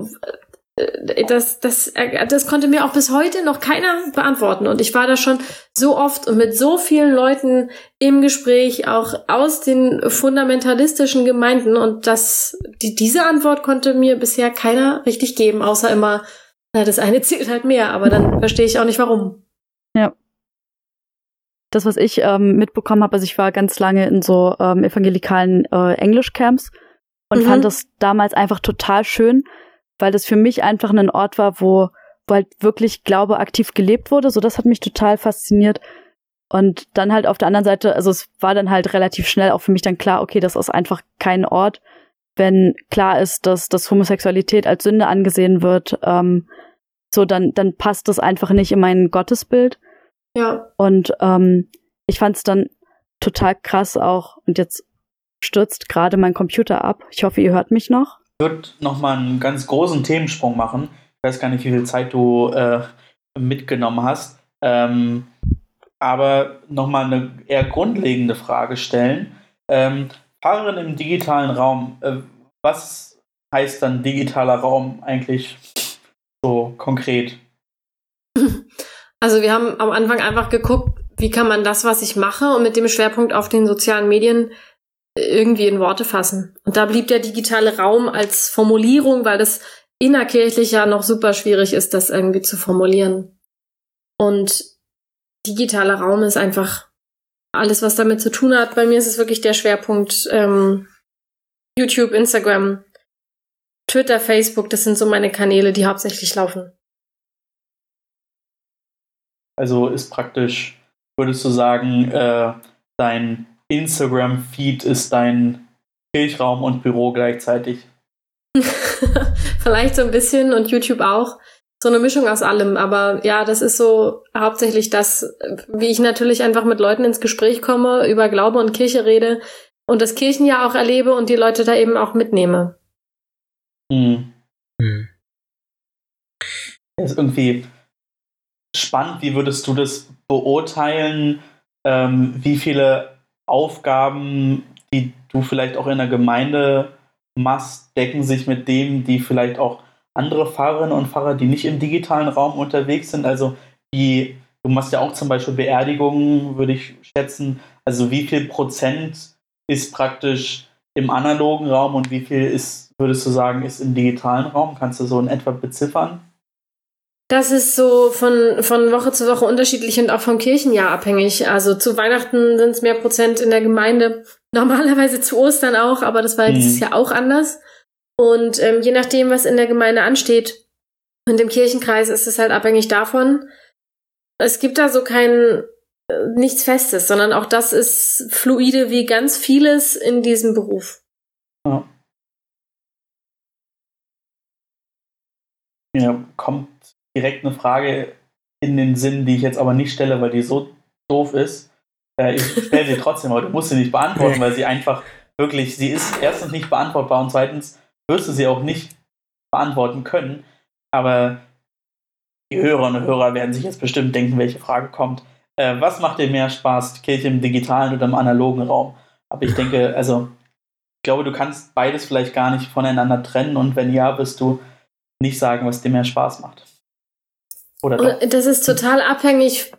[SPEAKER 3] das konnte mir auch bis heute noch keiner beantworten. Und ich war da schon so oft und mit so vielen Leuten im Gespräch, auch aus den fundamentalistischen Gemeinden. Und diese Antwort konnte mir bisher keiner richtig geben, außer immer, das eine zählt halt mehr. Aber dann verstehe ich auch nicht, warum.
[SPEAKER 4] Ja. das, was ich mitbekommen habe, also ich war ganz lange in so evangelikalen Englischcamps und fand das damals einfach total schön, weil das für mich einfach ein Ort war, wo halt wirklich Glaube aktiv gelebt wurde. So, das hat mich total fasziniert. Und dann halt auf der anderen Seite, also es war dann halt relativ schnell auch für mich dann klar, okay, das ist einfach kein Ort, wenn klar ist, dass Homosexualität als Sünde angesehen wird, so dann passt das einfach nicht in mein Gottesbild.
[SPEAKER 3] Ja.
[SPEAKER 4] Und ich fand es dann total krass auch, und jetzt stürzt gerade mein Computer ab. Ich hoffe, ihr hört mich noch.
[SPEAKER 1] Ich würde nochmal einen ganz großen Themensprung machen. Ich weiß gar nicht, wie viel Zeit du mitgenommen hast. Aber nochmal eine eher grundlegende Frage stellen. Pfarrerin im digitalen Raum, was heißt dann digitaler Raum eigentlich so konkret?
[SPEAKER 3] Also wir haben am Anfang einfach geguckt, wie kann man das, was ich mache, und mit dem Schwerpunkt auf den sozialen Medien irgendwie in Worte fassen. Und da blieb der digitale Raum als Formulierung, weil das innerkirchlich ja noch super schwierig ist, das irgendwie zu formulieren. Und digitaler Raum ist einfach alles, was damit zu tun hat. Bei mir ist es wirklich der Schwerpunkt YouTube, Instagram, Twitter, Facebook, das sind so meine Kanäle, die hauptsächlich laufen.
[SPEAKER 1] Also ist praktisch, würdest du sagen, dein Instagram-Feed ist dein Kirchraum und Büro gleichzeitig?
[SPEAKER 3] Vielleicht so ein bisschen, und YouTube auch. So eine Mischung aus allem. Aber ja, das ist so hauptsächlich das, wie ich natürlich einfach mit Leuten ins Gespräch komme, über Glaube und Kirche rede und das Kirchenjahr auch erlebe und die Leute da eben auch mitnehme.
[SPEAKER 1] Das ist irgendwie spannend. Wie würdest du das beurteilen? Wie viele Aufgaben, die du vielleicht auch in der Gemeinde machst, decken sich mit dem, die vielleicht auch andere Pfarrerinnen und Pfarrer, die nicht im digitalen Raum unterwegs sind? Also du machst ja auch zum Beispiel Beerdigungen, würde ich schätzen. Also wie viel Prozent ist praktisch im analogen Raum und wie viel ist, würdest du sagen, ist im digitalen Raum? Kannst du so in etwa beziffern?
[SPEAKER 3] Das ist so von Woche zu Woche unterschiedlich und auch vom Kirchenjahr abhängig. Also zu Weihnachten sind es mehr Prozent in der Gemeinde. Normalerweise zu Ostern auch, aber das war dieses Jahr auch anders. Und je nachdem, was in der Gemeinde ansteht und im Kirchenkreis, ist es halt abhängig davon. Es gibt da so nichts Festes, sondern auch das ist fluide wie ganz vieles in diesem Beruf.
[SPEAKER 1] Ja. Ja, kommt direkt eine Frage in den Sinn, die ich jetzt aber nicht stelle, weil die so doof ist. Ich stelle sie trotzdem, aber du musst sie nicht beantworten, weil sie einfach wirklich, sie ist erstens nicht beantwortbar und zweitens wirst du sie auch nicht beantworten können. Aber die Hörerinnen und Hörer werden sich jetzt bestimmt denken, welche Frage kommt. Was macht dir mehr Spaß, die Kirche im digitalen oder im analogen Raum? Aber ich denke, ich glaube, du kannst beides vielleicht gar nicht voneinander trennen und wenn ja, wirst du nicht sagen, was dir mehr Spaß macht. Oder doch?
[SPEAKER 3] Das ist total abhängig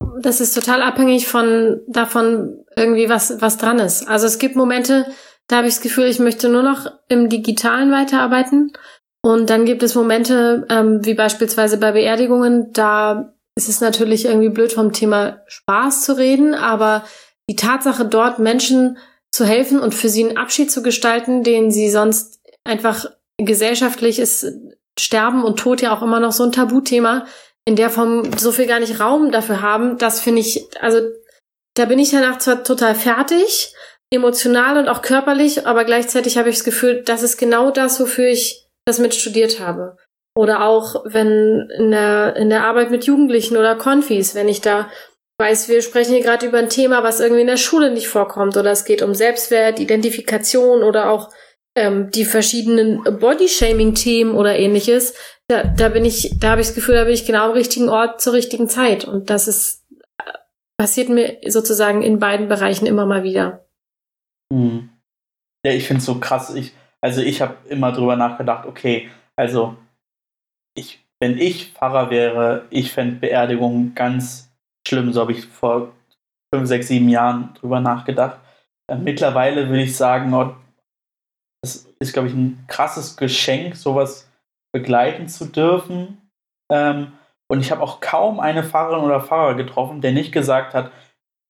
[SPEAKER 3] davon irgendwie was dran ist. Also es gibt Momente, da habe ich das Gefühl, ich möchte nur noch im Digitalen weiterarbeiten. Und dann gibt es Momente, wie beispielsweise bei Beerdigungen, da ist es natürlich irgendwie blöd, vom Thema Spaß zu reden, aber die Tatsache, dort Menschen zu helfen und für sie einen Abschied zu gestalten, den sie sonst einfach gesellschaftlich ist, Sterben und Tod ja auch immer noch so ein Tabuthema, in der Form so viel gar nicht Raum dafür haben, das finde ich, also da bin ich danach zwar total fertig, emotional und auch körperlich, aber gleichzeitig habe ich das Gefühl, das ist genau das, wofür ich das mit studiert habe. Oder auch wenn in der Arbeit mit Jugendlichen oder Konfis, wenn ich da weiß, wir sprechen hier gerade über ein Thema, was irgendwie in der Schule nicht vorkommt, oder es geht um Selbstwert, Identifikation oder auch die verschiedenen Body-Shaming-Themen oder ähnliches, da habe ich das Gefühl, da bin ich genau am richtigen Ort zur richtigen Zeit. Und das passiert mir sozusagen in beiden Bereichen immer mal wieder.
[SPEAKER 1] Ja, ich finde es so krass. Ich habe immer drüber nachgedacht, okay, also wenn ich Pfarrer wäre, ich fände Beerdigungen ganz schlimm. So habe ich vor 5, 6, 7 Jahren drüber nachgedacht. Mittlerweile würde ich sagen, das ist, glaube ich, ein krasses Geschenk, sowas begleiten zu dürfen. Und ich habe auch kaum eine Pfarrerin oder Pfarrer getroffen, der nicht gesagt hat,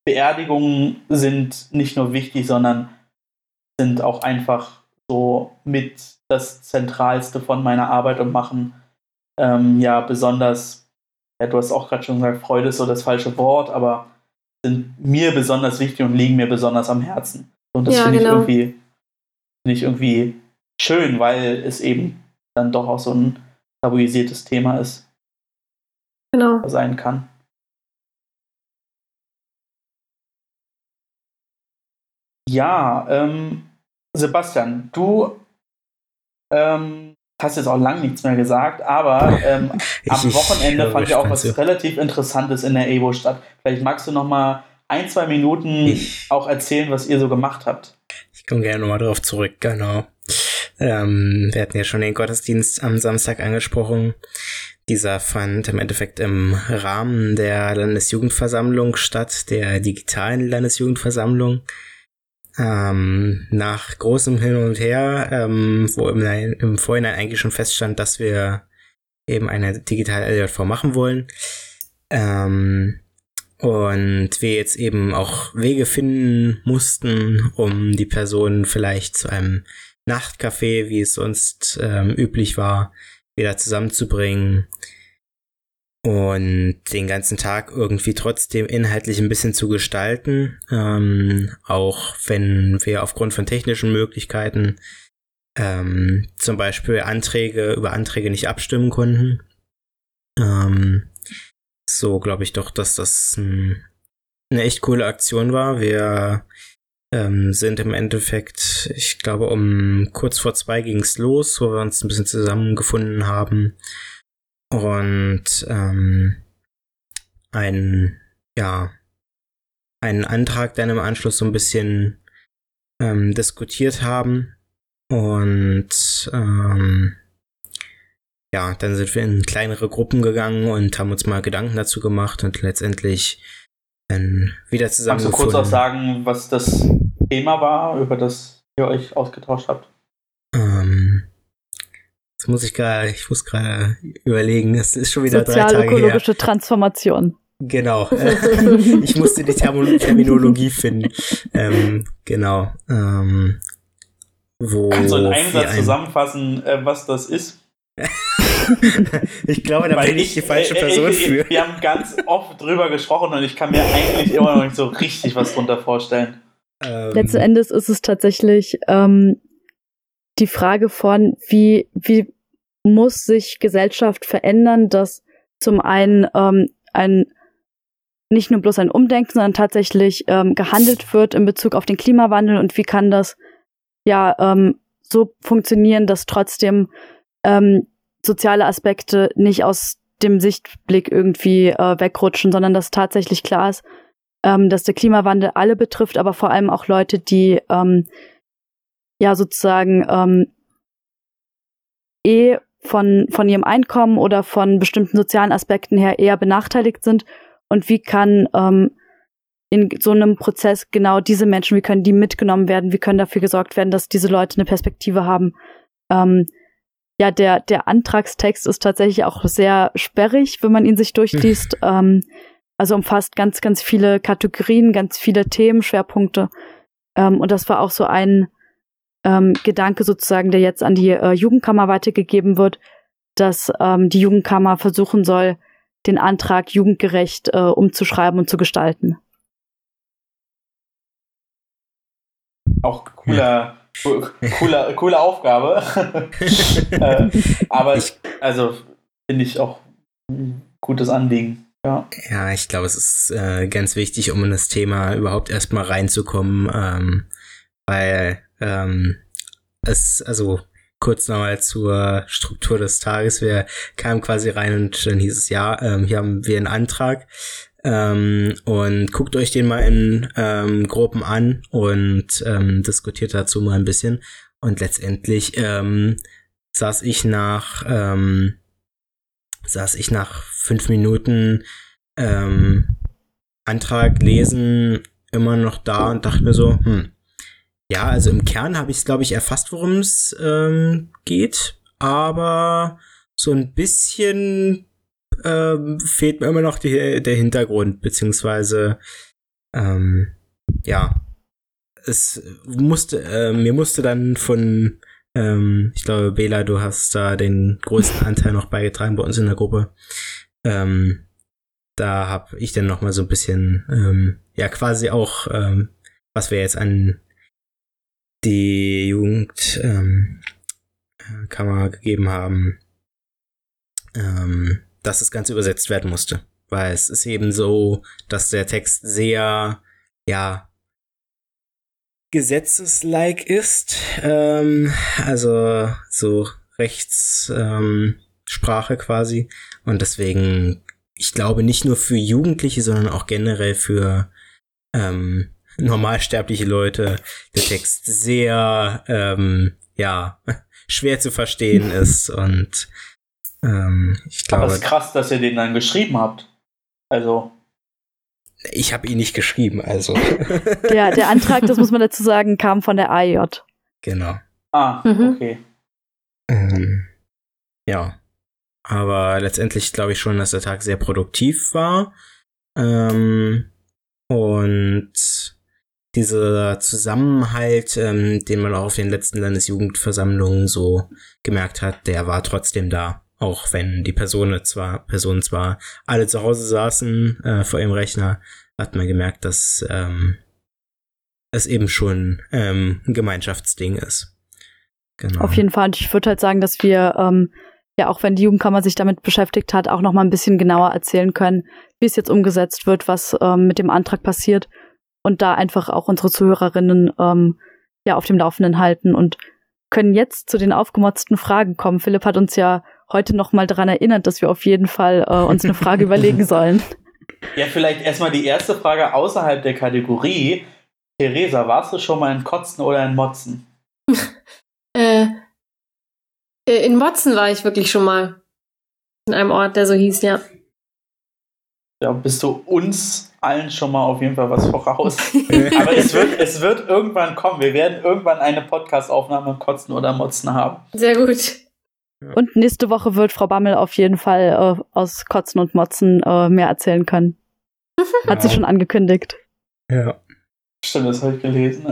[SPEAKER 1] Beerdigungen sind nicht nur wichtig, sondern sind auch einfach so mit das Zentralste von meiner Arbeit und machen besonders, du hast auch gerade schon gesagt, Freude ist so das falsche Wort, aber sind mir besonders wichtig und liegen mir besonders am Herzen. Und das finde ich irgendwie schön, weil es eben dann doch auch so ein tabuisiertes Thema ist.
[SPEAKER 3] Genau.
[SPEAKER 1] Sein kann. Ja, Sebastian, du hast jetzt auch lang nichts mehr gesagt, aber am Wochenende fand ja auch was relativ Interessantes in der EWO statt. Vielleicht magst du noch mal 1-2 Minuten auch erzählen, was ihr so gemacht habt.
[SPEAKER 2] Ich komme gerne nochmal drauf zurück, genau. Wir hatten ja schon den Gottesdienst am Samstag angesprochen. Dieser fand im Endeffekt im Rahmen der Landesjugendversammlung statt, der digitalen Landesjugendversammlung. Nach großem Hin und Her, wo im Vorhinein eigentlich schon feststand, dass wir eben eine digitale LJV machen wollen. Und wir jetzt eben auch Wege finden mussten, um die Personen vielleicht zu einem Nachtcafé, wie es sonst üblich war, wieder zusammenzubringen und den ganzen Tag irgendwie trotzdem inhaltlich ein bisschen zu gestalten, auch wenn wir aufgrund von technischen Möglichkeiten zum Beispiel über Anträge nicht abstimmen konnten. So glaube ich doch, dass das eine echt coole Aktion war. Wir sind im Endeffekt, ich glaube, kurz vor 2 ging es los, wo wir uns ein bisschen zusammengefunden haben und einen Antrag dann im Anschluss so ein bisschen diskutiert haben und dann sind wir in kleinere Gruppen gegangen und haben uns mal Gedanken dazu gemacht und letztendlich dann wieder zusammengefunden.
[SPEAKER 1] Kannst du kurz auch sagen, was das Thema war, über das ihr euch ausgetauscht habt?
[SPEAKER 2] Ich muss gerade überlegen, es ist schon wieder 3 Tage her.
[SPEAKER 4] Sozial-ökologische Transformation.
[SPEAKER 2] Genau. Ich musste die Terminologie finden. Genau.
[SPEAKER 1] Kannst du in einem Satz zusammenfassen, was das ist?
[SPEAKER 2] Ich glaube, da bin ich die falsche Person für.
[SPEAKER 1] Wir haben ganz oft drüber gesprochen und ich kann mir eigentlich immer noch nicht so richtig was drunter vorstellen.
[SPEAKER 4] Letzten Endes ist es tatsächlich die Frage von, wie muss sich Gesellschaft verändern, dass zum einen nicht nur bloß ein Umdenken, sondern tatsächlich gehandelt wird in Bezug auf den Klimawandel und wie kann das so funktionieren, dass trotzdem soziale Aspekte nicht aus dem Sichtblick irgendwie wegrutschen, sondern dass tatsächlich klar ist, dass der Klimawandel alle betrifft, aber vor allem auch Leute, die sozusagen von ihrem Einkommen oder von bestimmten sozialen Aspekten her eher benachteiligt sind. Und wie kann in so einem Prozess genau diese Menschen, wie können die mitgenommen werden, wie können dafür gesorgt werden, dass diese Leute eine Perspektive haben. Der Antragstext ist tatsächlich auch sehr sperrig, wenn man ihn sich durchliest. Also umfasst ganz, ganz viele Kategorien, ganz viele Themen, Schwerpunkte. Und das war auch so ein Gedanke sozusagen, der jetzt an die Jugendkammer weitergegeben wird, dass die Jugendkammer versuchen soll, den Antrag jugendgerecht umzuschreiben und zu gestalten.
[SPEAKER 1] Auch coole Aufgabe. Aber finde ich auch ein gutes Anliegen.
[SPEAKER 2] Ja, ich glaube, es ist ganz wichtig, um in das Thema überhaupt erstmal reinzukommen, weil kurz nochmal zur Struktur des Tages, wir kamen quasi rein und dann hieß es, hier haben wir einen Antrag und guckt euch den mal in Gruppen an und diskutiert dazu mal ein bisschen und letztendlich saß ich nach 5 Minuten Antrag lesen immer noch da und dachte mir so, ja, also im Kern habe ich es, glaube ich, erfasst, worum es geht, aber so ein bisschen fehlt mir immer noch der Hintergrund, beziehungsweise Ja, mir musste dann von, ich glaube, Bela, du hast da den größten Anteil noch beigetragen bei uns in der Gruppe. Da habe ich dann noch mal so ein bisschen, quasi auch, was wir jetzt an die Jugendkammer gegeben haben, dass das Ganze übersetzt werden musste. Weil es ist eben so, dass der Text sehr, gesetzeslike ist. Also so Rechtssprache quasi. Und deswegen, ich glaube, nicht nur für Jugendliche, sondern auch generell für normalsterbliche Leute der Text sehr, schwer zu verstehen ist. Und ich glaube...
[SPEAKER 1] Aber es ist krass, dass ihr den dann geschrieben habt. Also...
[SPEAKER 2] Ich habe ihn nicht geschrieben, also.
[SPEAKER 4] Der Antrag, das muss man dazu sagen, kam von der AIJ.
[SPEAKER 2] Genau.
[SPEAKER 1] Okay.
[SPEAKER 2] Ja. Aber letztendlich glaube ich schon, dass der Tag sehr produktiv war. Und dieser Zusammenhalt, den man auch auf den letzten Landesjugendversammlungen so gemerkt hat, der war trotzdem da. Auch wenn die Personen zwar alle zu Hause saßen vor ihrem Rechner, hat man gemerkt, dass es eben schon ein Gemeinschaftsding ist. Genau.
[SPEAKER 4] Auf jeden Fall. Und ich würde halt sagen, dass wir, auch wenn die Jugendkammer sich damit beschäftigt hat, auch noch mal ein bisschen genauer erzählen können, wie es jetzt umgesetzt wird, was mit dem Antrag passiert. Und da einfach auch unsere Zuhörerinnen auf dem Laufenden halten und können jetzt zu den aufgemotzten Fragen kommen. Philipp hat uns ja heute noch mal daran erinnert, dass wir auf jeden Fall uns eine Frage überlegen sollen.
[SPEAKER 1] Ja, vielleicht erstmal die erste Frage außerhalb der Kategorie. Theresa, warst du schon mal in Kotzen oder in Motzen?
[SPEAKER 3] In Motzen war ich wirklich schon mal. In einem Ort, der so hieß, ja.
[SPEAKER 1] Ja, bist du uns allen schon mal auf jeden Fall was voraus. Aber es wird irgendwann kommen. Wir werden irgendwann eine Podcast-Aufnahme in Kotzen oder Motzen haben.
[SPEAKER 3] Sehr gut.
[SPEAKER 4] Und nächste Woche wird Frau Bammel auf jeden Fall aus Kotzen und Motzen mehr erzählen können. Hat sie schon angekündigt.
[SPEAKER 2] Ja.
[SPEAKER 1] Stimmt, das habe ich gelesen.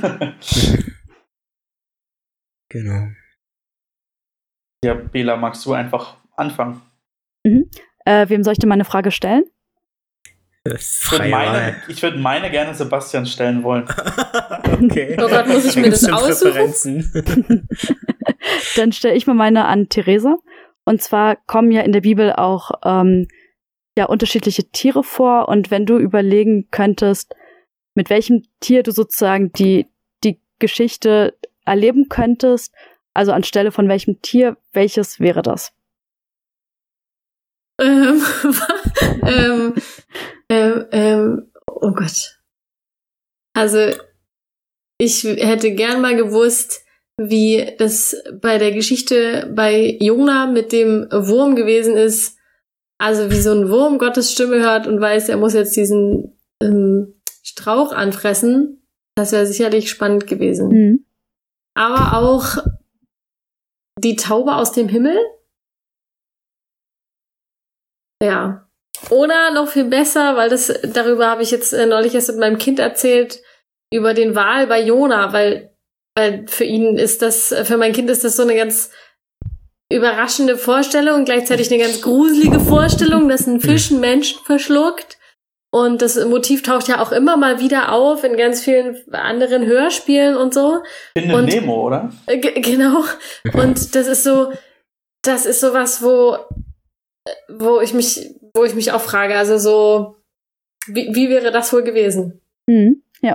[SPEAKER 2] Genau.
[SPEAKER 1] Ja, Bela, magst du einfach anfangen?
[SPEAKER 4] Wem soll ich denn meine Frage stellen?
[SPEAKER 1] Ich würde meine gerne Sebastian stellen wollen.
[SPEAKER 2] Okay.
[SPEAKER 3] Oh Gott, muss ich mir das aussuchen?
[SPEAKER 4] Dann stelle ich mal meine an Theresa. Und zwar kommen ja in der Bibel auch unterschiedliche Tiere vor. Und wenn du überlegen könntest, mit welchem Tier du sozusagen die Geschichte erleben könntest, also anstelle von welchem Tier, welches wäre das?
[SPEAKER 3] Oh Gott. Also, ich hätte gern mal gewusst, wie es bei der Geschichte bei Jona mit dem Wurm gewesen ist. Also, wie so ein Wurm Gottes Stimme hört und weiß, er muss jetzt diesen Strauch anfressen. Das wäre sicherlich spannend gewesen.
[SPEAKER 4] Mhm.
[SPEAKER 3] Aber auch die Taube aus dem Himmel. Ja. Oder noch viel besser, weil darüber habe ich jetzt neulich erst mit meinem Kind erzählt, über den Wal bei Jona, weil für mein Kind ist das so eine ganz überraschende Vorstellung und gleichzeitig eine ganz gruselige Vorstellung, dass ein Fisch einen Menschen verschluckt. Und das Motiv taucht ja auch immer mal wieder auf in ganz vielen anderen Hörspielen und so.
[SPEAKER 1] Findet Nemo, oder?
[SPEAKER 3] Genau. Und das ist sowas, wo ich mich auch frage, also so, wie wäre das wohl gewesen?
[SPEAKER 4] Ja.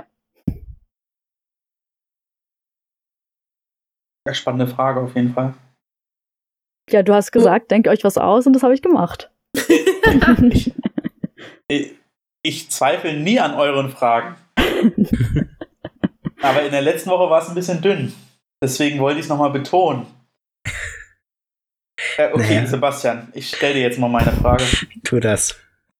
[SPEAKER 1] Ja, spannende Frage auf jeden Fall.
[SPEAKER 4] Ja, du hast gesagt, denkt euch was aus und das habe ich gemacht.
[SPEAKER 1] Ich zweifle nie an euren Fragen. Aber in der letzten Woche war es ein bisschen dünn. Deswegen wollte ich es nochmal betonen. Okay, naja. Sebastian, ich stelle dir jetzt mal meine Frage.
[SPEAKER 2] Tu das.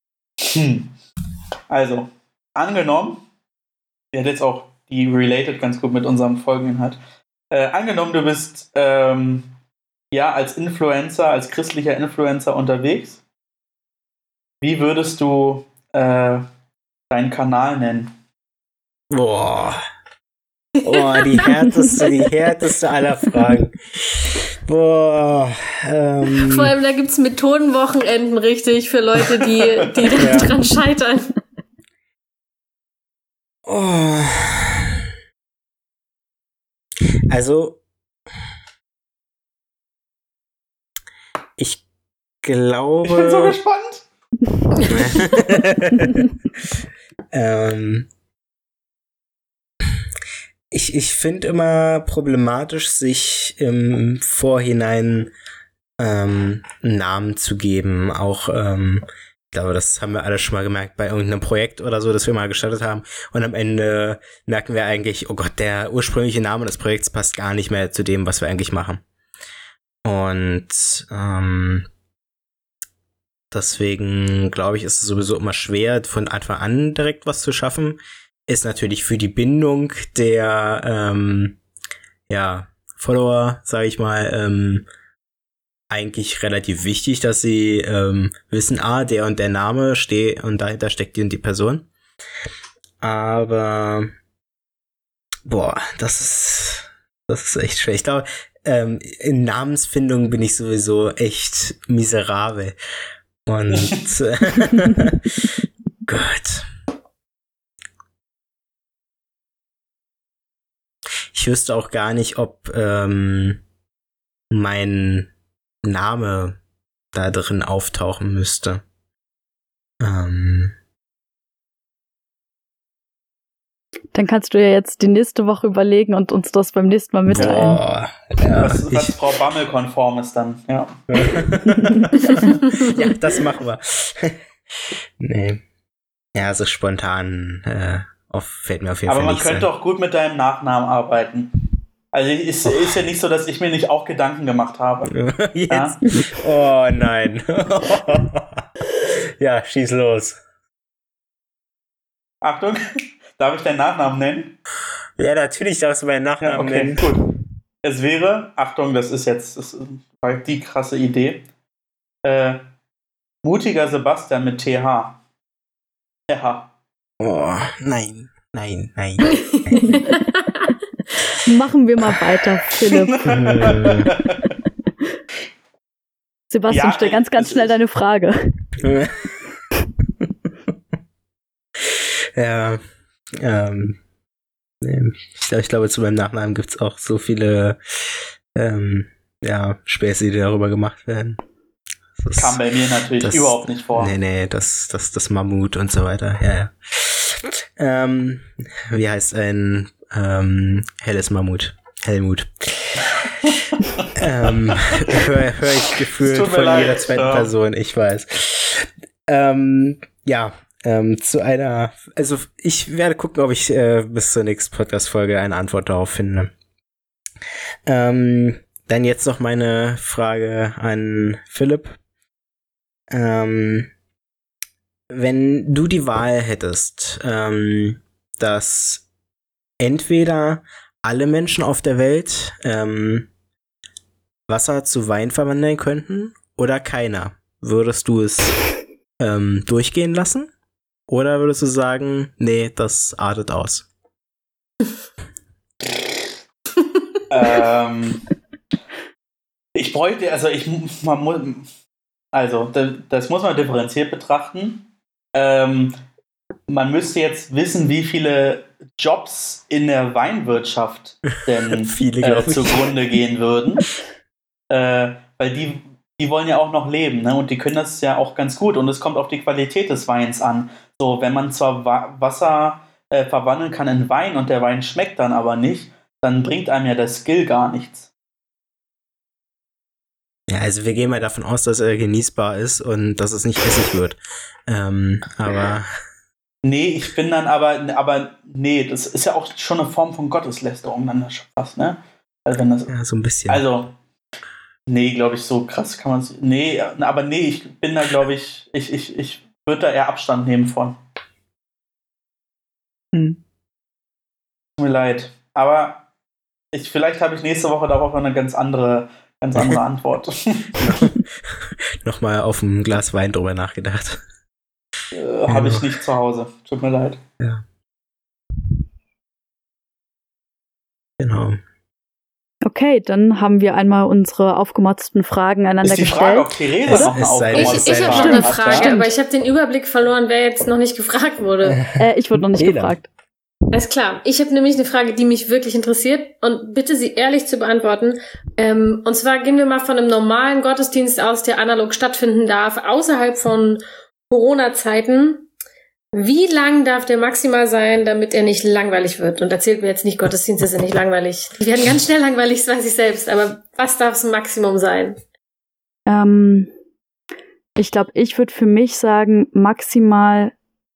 [SPEAKER 1] Also, angenommen, ihr hättet jetzt auch die related ganz gut mit unserem Folgeninhalt. Angenommen, du bist als Influencer, als christlicher Influencer unterwegs. Wie würdest du deinen Kanal nennen?
[SPEAKER 2] Boah, die härteste aller Fragen. Boah.
[SPEAKER 3] Vor allem, da gibt's Methodenwochenenden richtig für Leute, die dran scheitern.
[SPEAKER 2] Oh. Also, ich glaube...
[SPEAKER 1] Ich bin so gespannt.
[SPEAKER 2] Ich finde immer problematisch, sich im Vorhinein einen Namen zu geben. Auch, ich glaube, das haben wir alle schon mal gemerkt bei irgendeinem Projekt oder so, das wir mal gestartet haben. Und am Ende merken wir eigentlich, oh Gott, der ursprüngliche Name des Projekts passt gar nicht mehr zu dem, was wir eigentlich machen. Und deswegen, glaube ich, ist es sowieso immer schwer, von Anfang an direkt was zu schaffen. Ist natürlich für die Bindung der Follower, sage ich mal, eigentlich relativ wichtig, dass sie wissen, der und der Name steht und dahinter steckt die und die Person. Aber das ist echt schwer. Ich glaube, in Namensfindung bin ich sowieso echt miserabel. Und Gott. Ich wüsste auch gar nicht, ob mein Name da drin auftauchen müsste.
[SPEAKER 4] Dann kannst du ja jetzt die nächste Woche überlegen und uns das beim nächsten Mal mitteilen.
[SPEAKER 1] Was Frau Bammel konform ist dann, ja.
[SPEAKER 2] Ja, das machen wir. Nee. Ja, so spontan fällt mir auf jeden Fall nicht.
[SPEAKER 1] Aber man könnte auch gut mit deinem Nachnamen arbeiten. Also ist ja nicht so, dass ich mir nicht auch Gedanken gemacht habe.
[SPEAKER 2] Jetzt? Ja? Oh nein. Ja, schieß los.
[SPEAKER 1] Achtung, darf ich deinen Nachnamen nennen?
[SPEAKER 2] Ja, natürlich darfst du meinen Nachnamen nennen.
[SPEAKER 1] Gut. Es wäre, Achtung, das ist die krasse Idee, Mutiger Sebastian mit TH. TH.
[SPEAKER 2] Oh, nein.
[SPEAKER 4] Machen wir mal weiter, Philipp. Sebastian, stell ganz schnell deine Frage.
[SPEAKER 2] Ja, ich glaube, zu meinem Nachnamen gibt es auch so viele Späße, die darüber gemacht werden.
[SPEAKER 1] Das kam bei mir natürlich überhaupt nicht vor.
[SPEAKER 2] Nee, das Mammut und so weiter, ja. Wie heißt ein helles Mammut? Helmut. Hör ich gefühlt von jeder zweiten Person, ich weiß. Also ich werde gucken, ob ich bis zur nächsten Podcast-Folge eine Antwort darauf finde. Dann jetzt noch meine Frage an Philipp. Wenn du die Wahl hättest, dass entweder alle Menschen auf der Welt Wasser zu Wein verwandeln könnten oder keiner, würdest du es durchgehen lassen? Oder würdest du sagen, nee, das artet aus?
[SPEAKER 1] Ich bräuchte, das muss man differenziert betrachten. Man müsste jetzt wissen, wie viele Jobs in der Weinwirtschaft denn zugrunde gehen würden. Weil die wollen ja auch noch leben, ne? Und die können das ja auch ganz gut. Und es kommt auf die Qualität des Weins an. So, wenn man zwar Wasser verwandeln kann in Wein und der Wein schmeckt dann aber nicht, dann bringt einem ja der Skill gar nichts.
[SPEAKER 2] Ja, also wir gehen mal davon aus, dass er genießbar ist und dass es nicht Essig wird. Aber...
[SPEAKER 1] Nee, ich bin dann aber nee, das ist ja auch schon eine Form von Gotteslästerung dann schon fast, ne? Also wenn das,
[SPEAKER 2] ja, so ein bisschen.
[SPEAKER 1] Also, nee, glaube ich, so krass kann man es. Nee, aber nee, ich bin da, glaube ich würde da eher Abstand nehmen von. Tut mir leid. Aber vielleicht habe ich nächste Woche darauf eine ganz andere Antwort.
[SPEAKER 2] Nochmal auf ein Glas Wein drüber nachgedacht.
[SPEAKER 1] habe ich nicht zu Hause. Tut mir leid.
[SPEAKER 2] Ja. Genau.
[SPEAKER 4] Okay, dann haben wir einmal unsere aufgemotzten Fragen einander gestellt.
[SPEAKER 1] Ist die Frage, ob Theresa noch eine
[SPEAKER 3] aufgemotzte
[SPEAKER 1] Frage
[SPEAKER 3] hat. Ich habe noch eine Frage, aber ich habe den Überblick verloren, wer jetzt noch nicht gefragt wurde.
[SPEAKER 4] Ich wurde noch nicht gefragt.
[SPEAKER 3] Alles klar. Ich habe nämlich eine Frage, die mich wirklich interessiert und bitte sie ehrlich zu beantworten. Und zwar gehen wir mal von einem normalen Gottesdienst aus, der analog stattfinden darf, außerhalb von Corona-Zeiten. Wie lang darf der maximal sein, damit er nicht langweilig wird? Und erzählt mir jetzt nicht, Gottesdienste sind nicht langweilig. Die werden ganz schnell langweilig, das weiß ich selbst. Aber was darf das Maximum sein?
[SPEAKER 4] Ich glaube, ich würde für mich sagen, maximal.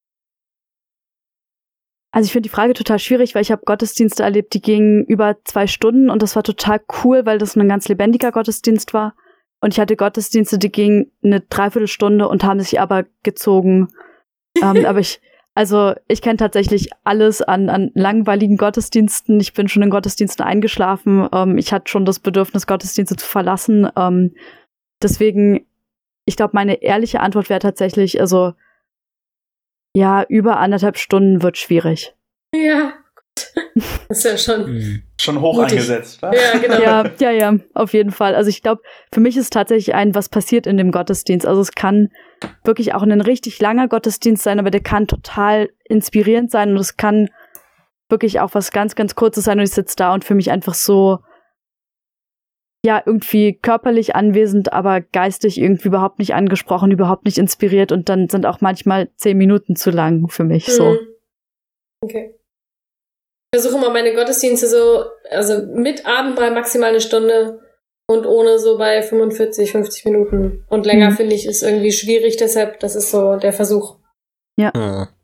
[SPEAKER 4] Also ich finde die Frage total schwierig, weil ich habe Gottesdienste erlebt, die gingen über 2 Stunden und das war total cool, weil das ein ganz lebendiger Gottesdienst war. Und ich hatte Gottesdienste, die gingen eine Dreiviertelstunde und haben sich aber gezogen. Aber ich kenne tatsächlich alles an langweiligen Gottesdiensten. Ich bin schon in Gottesdiensten eingeschlafen. Ich hatte schon das Bedürfnis, Gottesdienste zu verlassen. Deswegen, ich glaube, meine ehrliche Antwort wäre tatsächlich, also ja, über 1,5 Stunden wird schwierig.
[SPEAKER 3] Ja, gut. Das ist ja
[SPEAKER 1] schon hoch mutig angesetzt, wa?
[SPEAKER 3] Ja, genau.
[SPEAKER 4] Ja, auf jeden Fall. Also ich glaube, für mich ist tatsächlich was passiert in dem Gottesdienst. Also es kann wirklich auch ein richtig langer Gottesdienst sein, aber der kann total inspirierend sein und es kann wirklich auch was ganz, ganz Kurzes sein und ich sitze da und fühle mich einfach so, ja, irgendwie körperlich anwesend, aber geistig irgendwie überhaupt nicht angesprochen, überhaupt nicht inspiriert und dann sind auch manchmal 10 Minuten zu lang für mich, so.
[SPEAKER 3] Okay. Ich versuche immer meine Gottesdienste so, also mit Abendmahl maximal 1 Stunde und ohne so bei 45, 50 Minuten. Und länger finde ich ist irgendwie schwierig, deshalb, das ist so der Versuch.
[SPEAKER 4] Ja.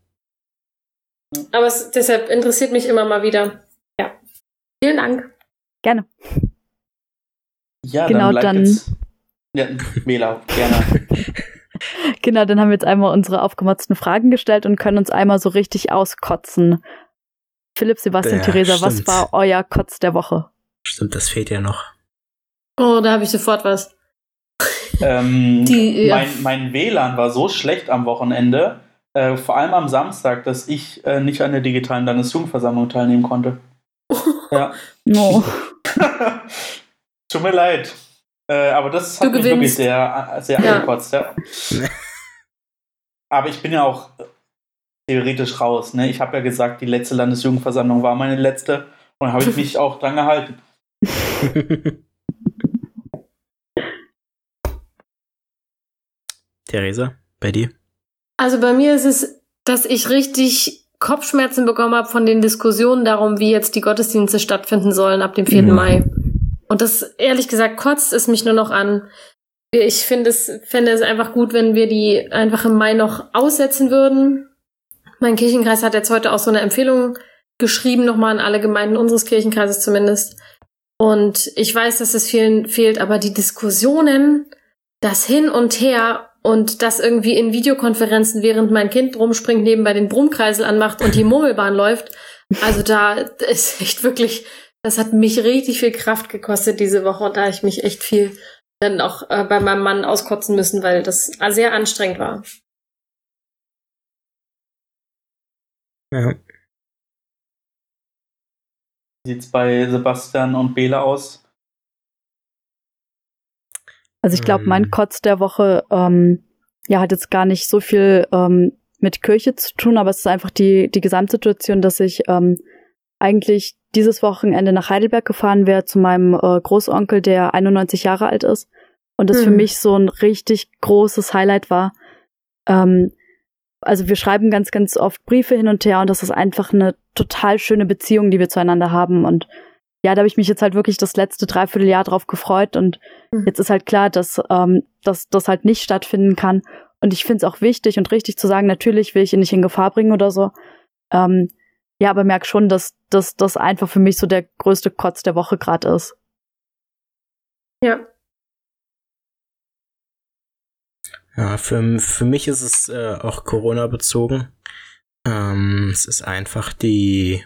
[SPEAKER 3] Aber deshalb interessiert mich immer mal wieder. Ja. Vielen Dank.
[SPEAKER 4] Gerne.
[SPEAKER 1] Ja,
[SPEAKER 4] genau,
[SPEAKER 1] dann jetzt. Ja, Mela, gerne.
[SPEAKER 4] Genau, dann haben wir jetzt einmal unsere aufgemotzten Fragen gestellt und können uns einmal so richtig auskotzen. Philipp, Sebastian, Theresa,
[SPEAKER 2] stimmt.
[SPEAKER 4] Was war euer Kotz der Woche?
[SPEAKER 2] Stimmt, das fehlt ja noch.
[SPEAKER 3] Oh, da habe ich sofort was.
[SPEAKER 1] Mein WLAN war so schlecht am Wochenende, vor allem am Samstag, dass ich nicht an der digitalen Landesjugendversammlung teilnehmen konnte. Ja.
[SPEAKER 4] No.
[SPEAKER 1] Tut mir leid. Aber das hat mich wirklich sehr, sehr angekotzt. Ja. Aber ich bin ja auch theoretisch raus. Ne? Ich habe ja gesagt, die letzte Landesjugendversammlung war meine letzte. Und da habe ich mich auch dran gehalten.
[SPEAKER 2] Theresa, bei dir?
[SPEAKER 3] Also bei mir ist es, dass ich richtig Kopfschmerzen bekommen habe von den Diskussionen darum, wie jetzt die Gottesdienste stattfinden sollen ab dem 4. Mai. Und das, ehrlich gesagt, kotzt es mich nur noch an. Ich fände es einfach gut, wenn wir die einfach im Mai noch aussetzen würden. Mein Kirchenkreis hat jetzt heute auch so eine Empfehlung geschrieben, nochmal an alle Gemeinden unseres Kirchenkreises zumindest. Und ich weiß, dass es vielen fehlt, aber die Diskussionen, das Hin und Her und das irgendwie in Videokonferenzen, während mein Kind rumspringt, nebenbei den Brummkreisel anmacht und die Murmelbahn läuft, also da ist echt wirklich, das hat mich richtig viel Kraft gekostet diese Woche und da habe ich mich echt viel dann auch bei meinem Mann auskotzen müssen, weil das sehr anstrengend war.
[SPEAKER 2] Ja.
[SPEAKER 1] Wie sieht's bei Sebastian und Bela aus?
[SPEAKER 4] Also ich glaube, mein Kotz der Woche hat jetzt gar nicht so viel mit Kirche zu tun, aber es ist einfach die Gesamtsituation, dass ich eigentlich dieses Wochenende nach Heidelberg gefahren wäre zu meinem Großonkel, der 91 Jahre alt ist und das für mich so ein richtig großes Highlight war. Also wir schreiben ganz, ganz oft Briefe hin und her und das ist einfach eine total schöne Beziehung, die wir zueinander haben und ja, da habe ich mich jetzt halt wirklich das letzte Dreivierteljahr drauf gefreut und jetzt ist halt klar, dass das halt nicht stattfinden kann und ich finde es auch wichtig und richtig zu sagen, natürlich will ich ihn nicht in Gefahr bringen oder so. Ja, aber merk schon, dass das einfach für mich so der größte Kotz der Woche gerade ist.
[SPEAKER 3] Ja.
[SPEAKER 2] Ja, für mich ist es auch Corona bezogen. Es ist einfach die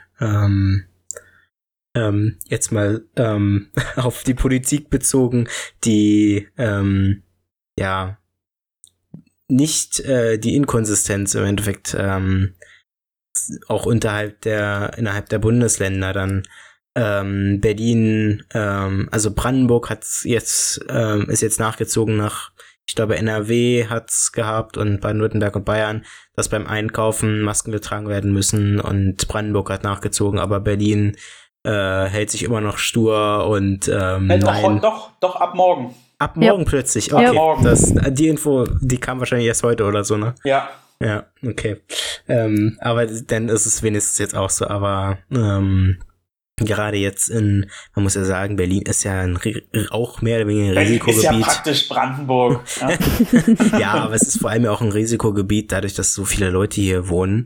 [SPEAKER 2] jetzt mal auf die Politik bezogen, die nicht die Inkonsistenz im Endeffekt auch innerhalb der Bundesländer dann Berlin, also Brandenburg ist jetzt nachgezogen nach, ich glaube NRW hat's gehabt und Baden-Württemberg und Bayern, dass beim Einkaufen Masken getragen werden müssen, und Brandenburg hat nachgezogen, aber Berlin hält sich immer noch stur und nein.
[SPEAKER 1] Doch, ab morgen.
[SPEAKER 2] Ab morgen plötzlich, okay. Ja. Die Info, die kam wahrscheinlich erst heute oder so, ne?
[SPEAKER 1] Ja.
[SPEAKER 2] Ja, okay. Aber dann ist es wenigstens jetzt auch so, aber gerade jetzt man muss ja sagen, Berlin ist ja auch mehr oder weniger ein Risikogebiet.
[SPEAKER 1] Ist ja praktisch Brandenburg.
[SPEAKER 2] Ja. Ja, aber es ist vor allem ja auch ein Risikogebiet, dadurch, dass so viele Leute hier wohnen.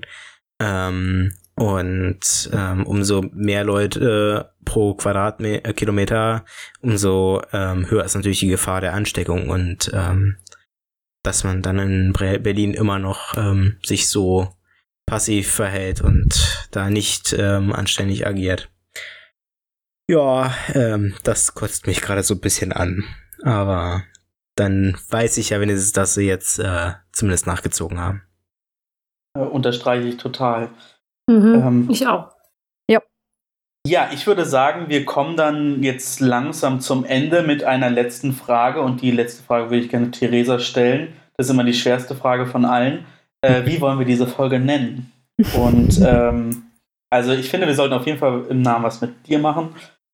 [SPEAKER 2] Und umso mehr Leute pro Quadratkilometer, umso höher ist natürlich die Gefahr der Ansteckung, und dass man dann in Berlin immer noch sich so passiv verhält und da nicht anständig agiert. Ja, das kotzt mich gerade so ein bisschen an. Aber dann weiß ich ja wenigstens, dass sie jetzt zumindest nachgezogen haben.
[SPEAKER 1] Unterstreiche ich total.
[SPEAKER 3] Ich auch.
[SPEAKER 4] Ja.
[SPEAKER 1] Ja, ich würde sagen, wir kommen dann jetzt langsam zum Ende mit einer letzten Frage. Und die letzte Frage würde ich gerne Theresa stellen. Das ist immer die schwerste Frage von allen. Wie wollen wir diese Folge nennen? Und also ich finde, wir sollten auf jeden Fall im Namen was mit dir machen.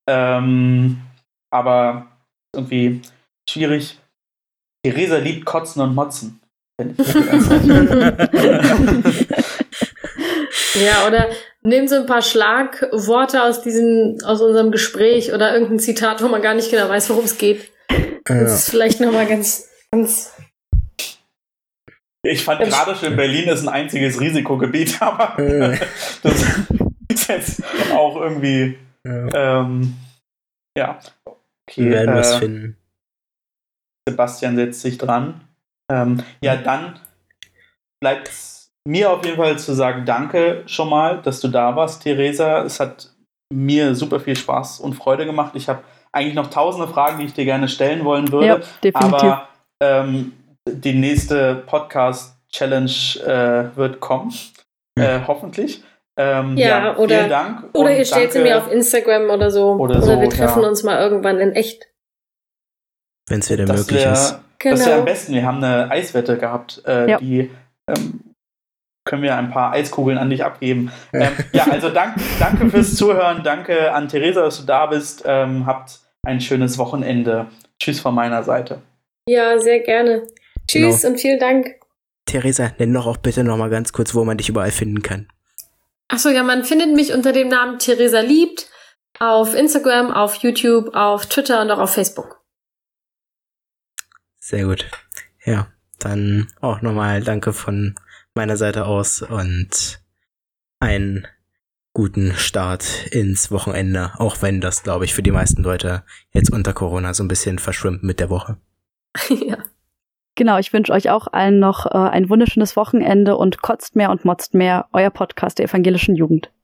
[SPEAKER 1] Aber irgendwie schwierig. Theresa liebt Kotzen und Motzen.
[SPEAKER 3] Ja, oder nimm so ein paar Schlagworte aus unserem Gespräch oder irgendein Zitat, wo man gar nicht genau weiß, worum es geht. Das ist vielleicht nochmal ganz...
[SPEAKER 1] Ich fand gerade schon, Berlin ist ein einziges Risikogebiet, aber das ist jetzt auch irgendwie... Ja. Okay,
[SPEAKER 2] wir werden was finden.
[SPEAKER 1] Sebastian setzt sich dran. Ja, dann bleibt mir auf jeden Fall zu sagen, danke schon mal, dass du da warst, Theresa. Es hat mir super viel Spaß und Freude gemacht. Ich habe eigentlich noch tausende Fragen, die ich dir gerne stellen wollen würde.
[SPEAKER 4] Ja, definitiv.
[SPEAKER 1] Aber die nächste Podcast-Challenge wird kommen. Hoffentlich.
[SPEAKER 3] Ja,
[SPEAKER 1] vielen Dank.
[SPEAKER 3] Oder ihr stellt sie mir auf Instagram oder so. Oder wir treffen uns mal irgendwann in echt.
[SPEAKER 2] Wenn es wieder möglich ist.
[SPEAKER 3] Genau.
[SPEAKER 1] Das wäre am besten. Wir haben eine Eiswette gehabt, die können wir ein paar Eiskugeln an dich abgeben. Ja, also danke fürs Zuhören. Danke an Theresa, dass du da bist. Habt ein schönes Wochenende. Tschüss von meiner Seite.
[SPEAKER 3] Ja, sehr gerne. Tschüss und vielen Dank.
[SPEAKER 2] Theresa, nenn doch auch bitte noch mal ganz kurz, wo man dich überall finden kann.
[SPEAKER 3] Achso, ja, man findet mich unter dem Namen Theresa Liebt auf Instagram, auf YouTube, auf Twitter und auch auf Facebook.
[SPEAKER 2] Sehr gut. Ja, dann auch nochmal danke von meiner Seite aus und einen guten Start ins Wochenende, auch wenn das, glaube ich, für die meisten Leute jetzt unter Corona so ein bisschen verschwimmt mit der Woche.
[SPEAKER 3] Ja.
[SPEAKER 4] Genau, ich wünsche euch auch allen noch ein wunderschönes Wochenende und kotzt mehr und motzt mehr, euer Podcast der evangelischen Jugend.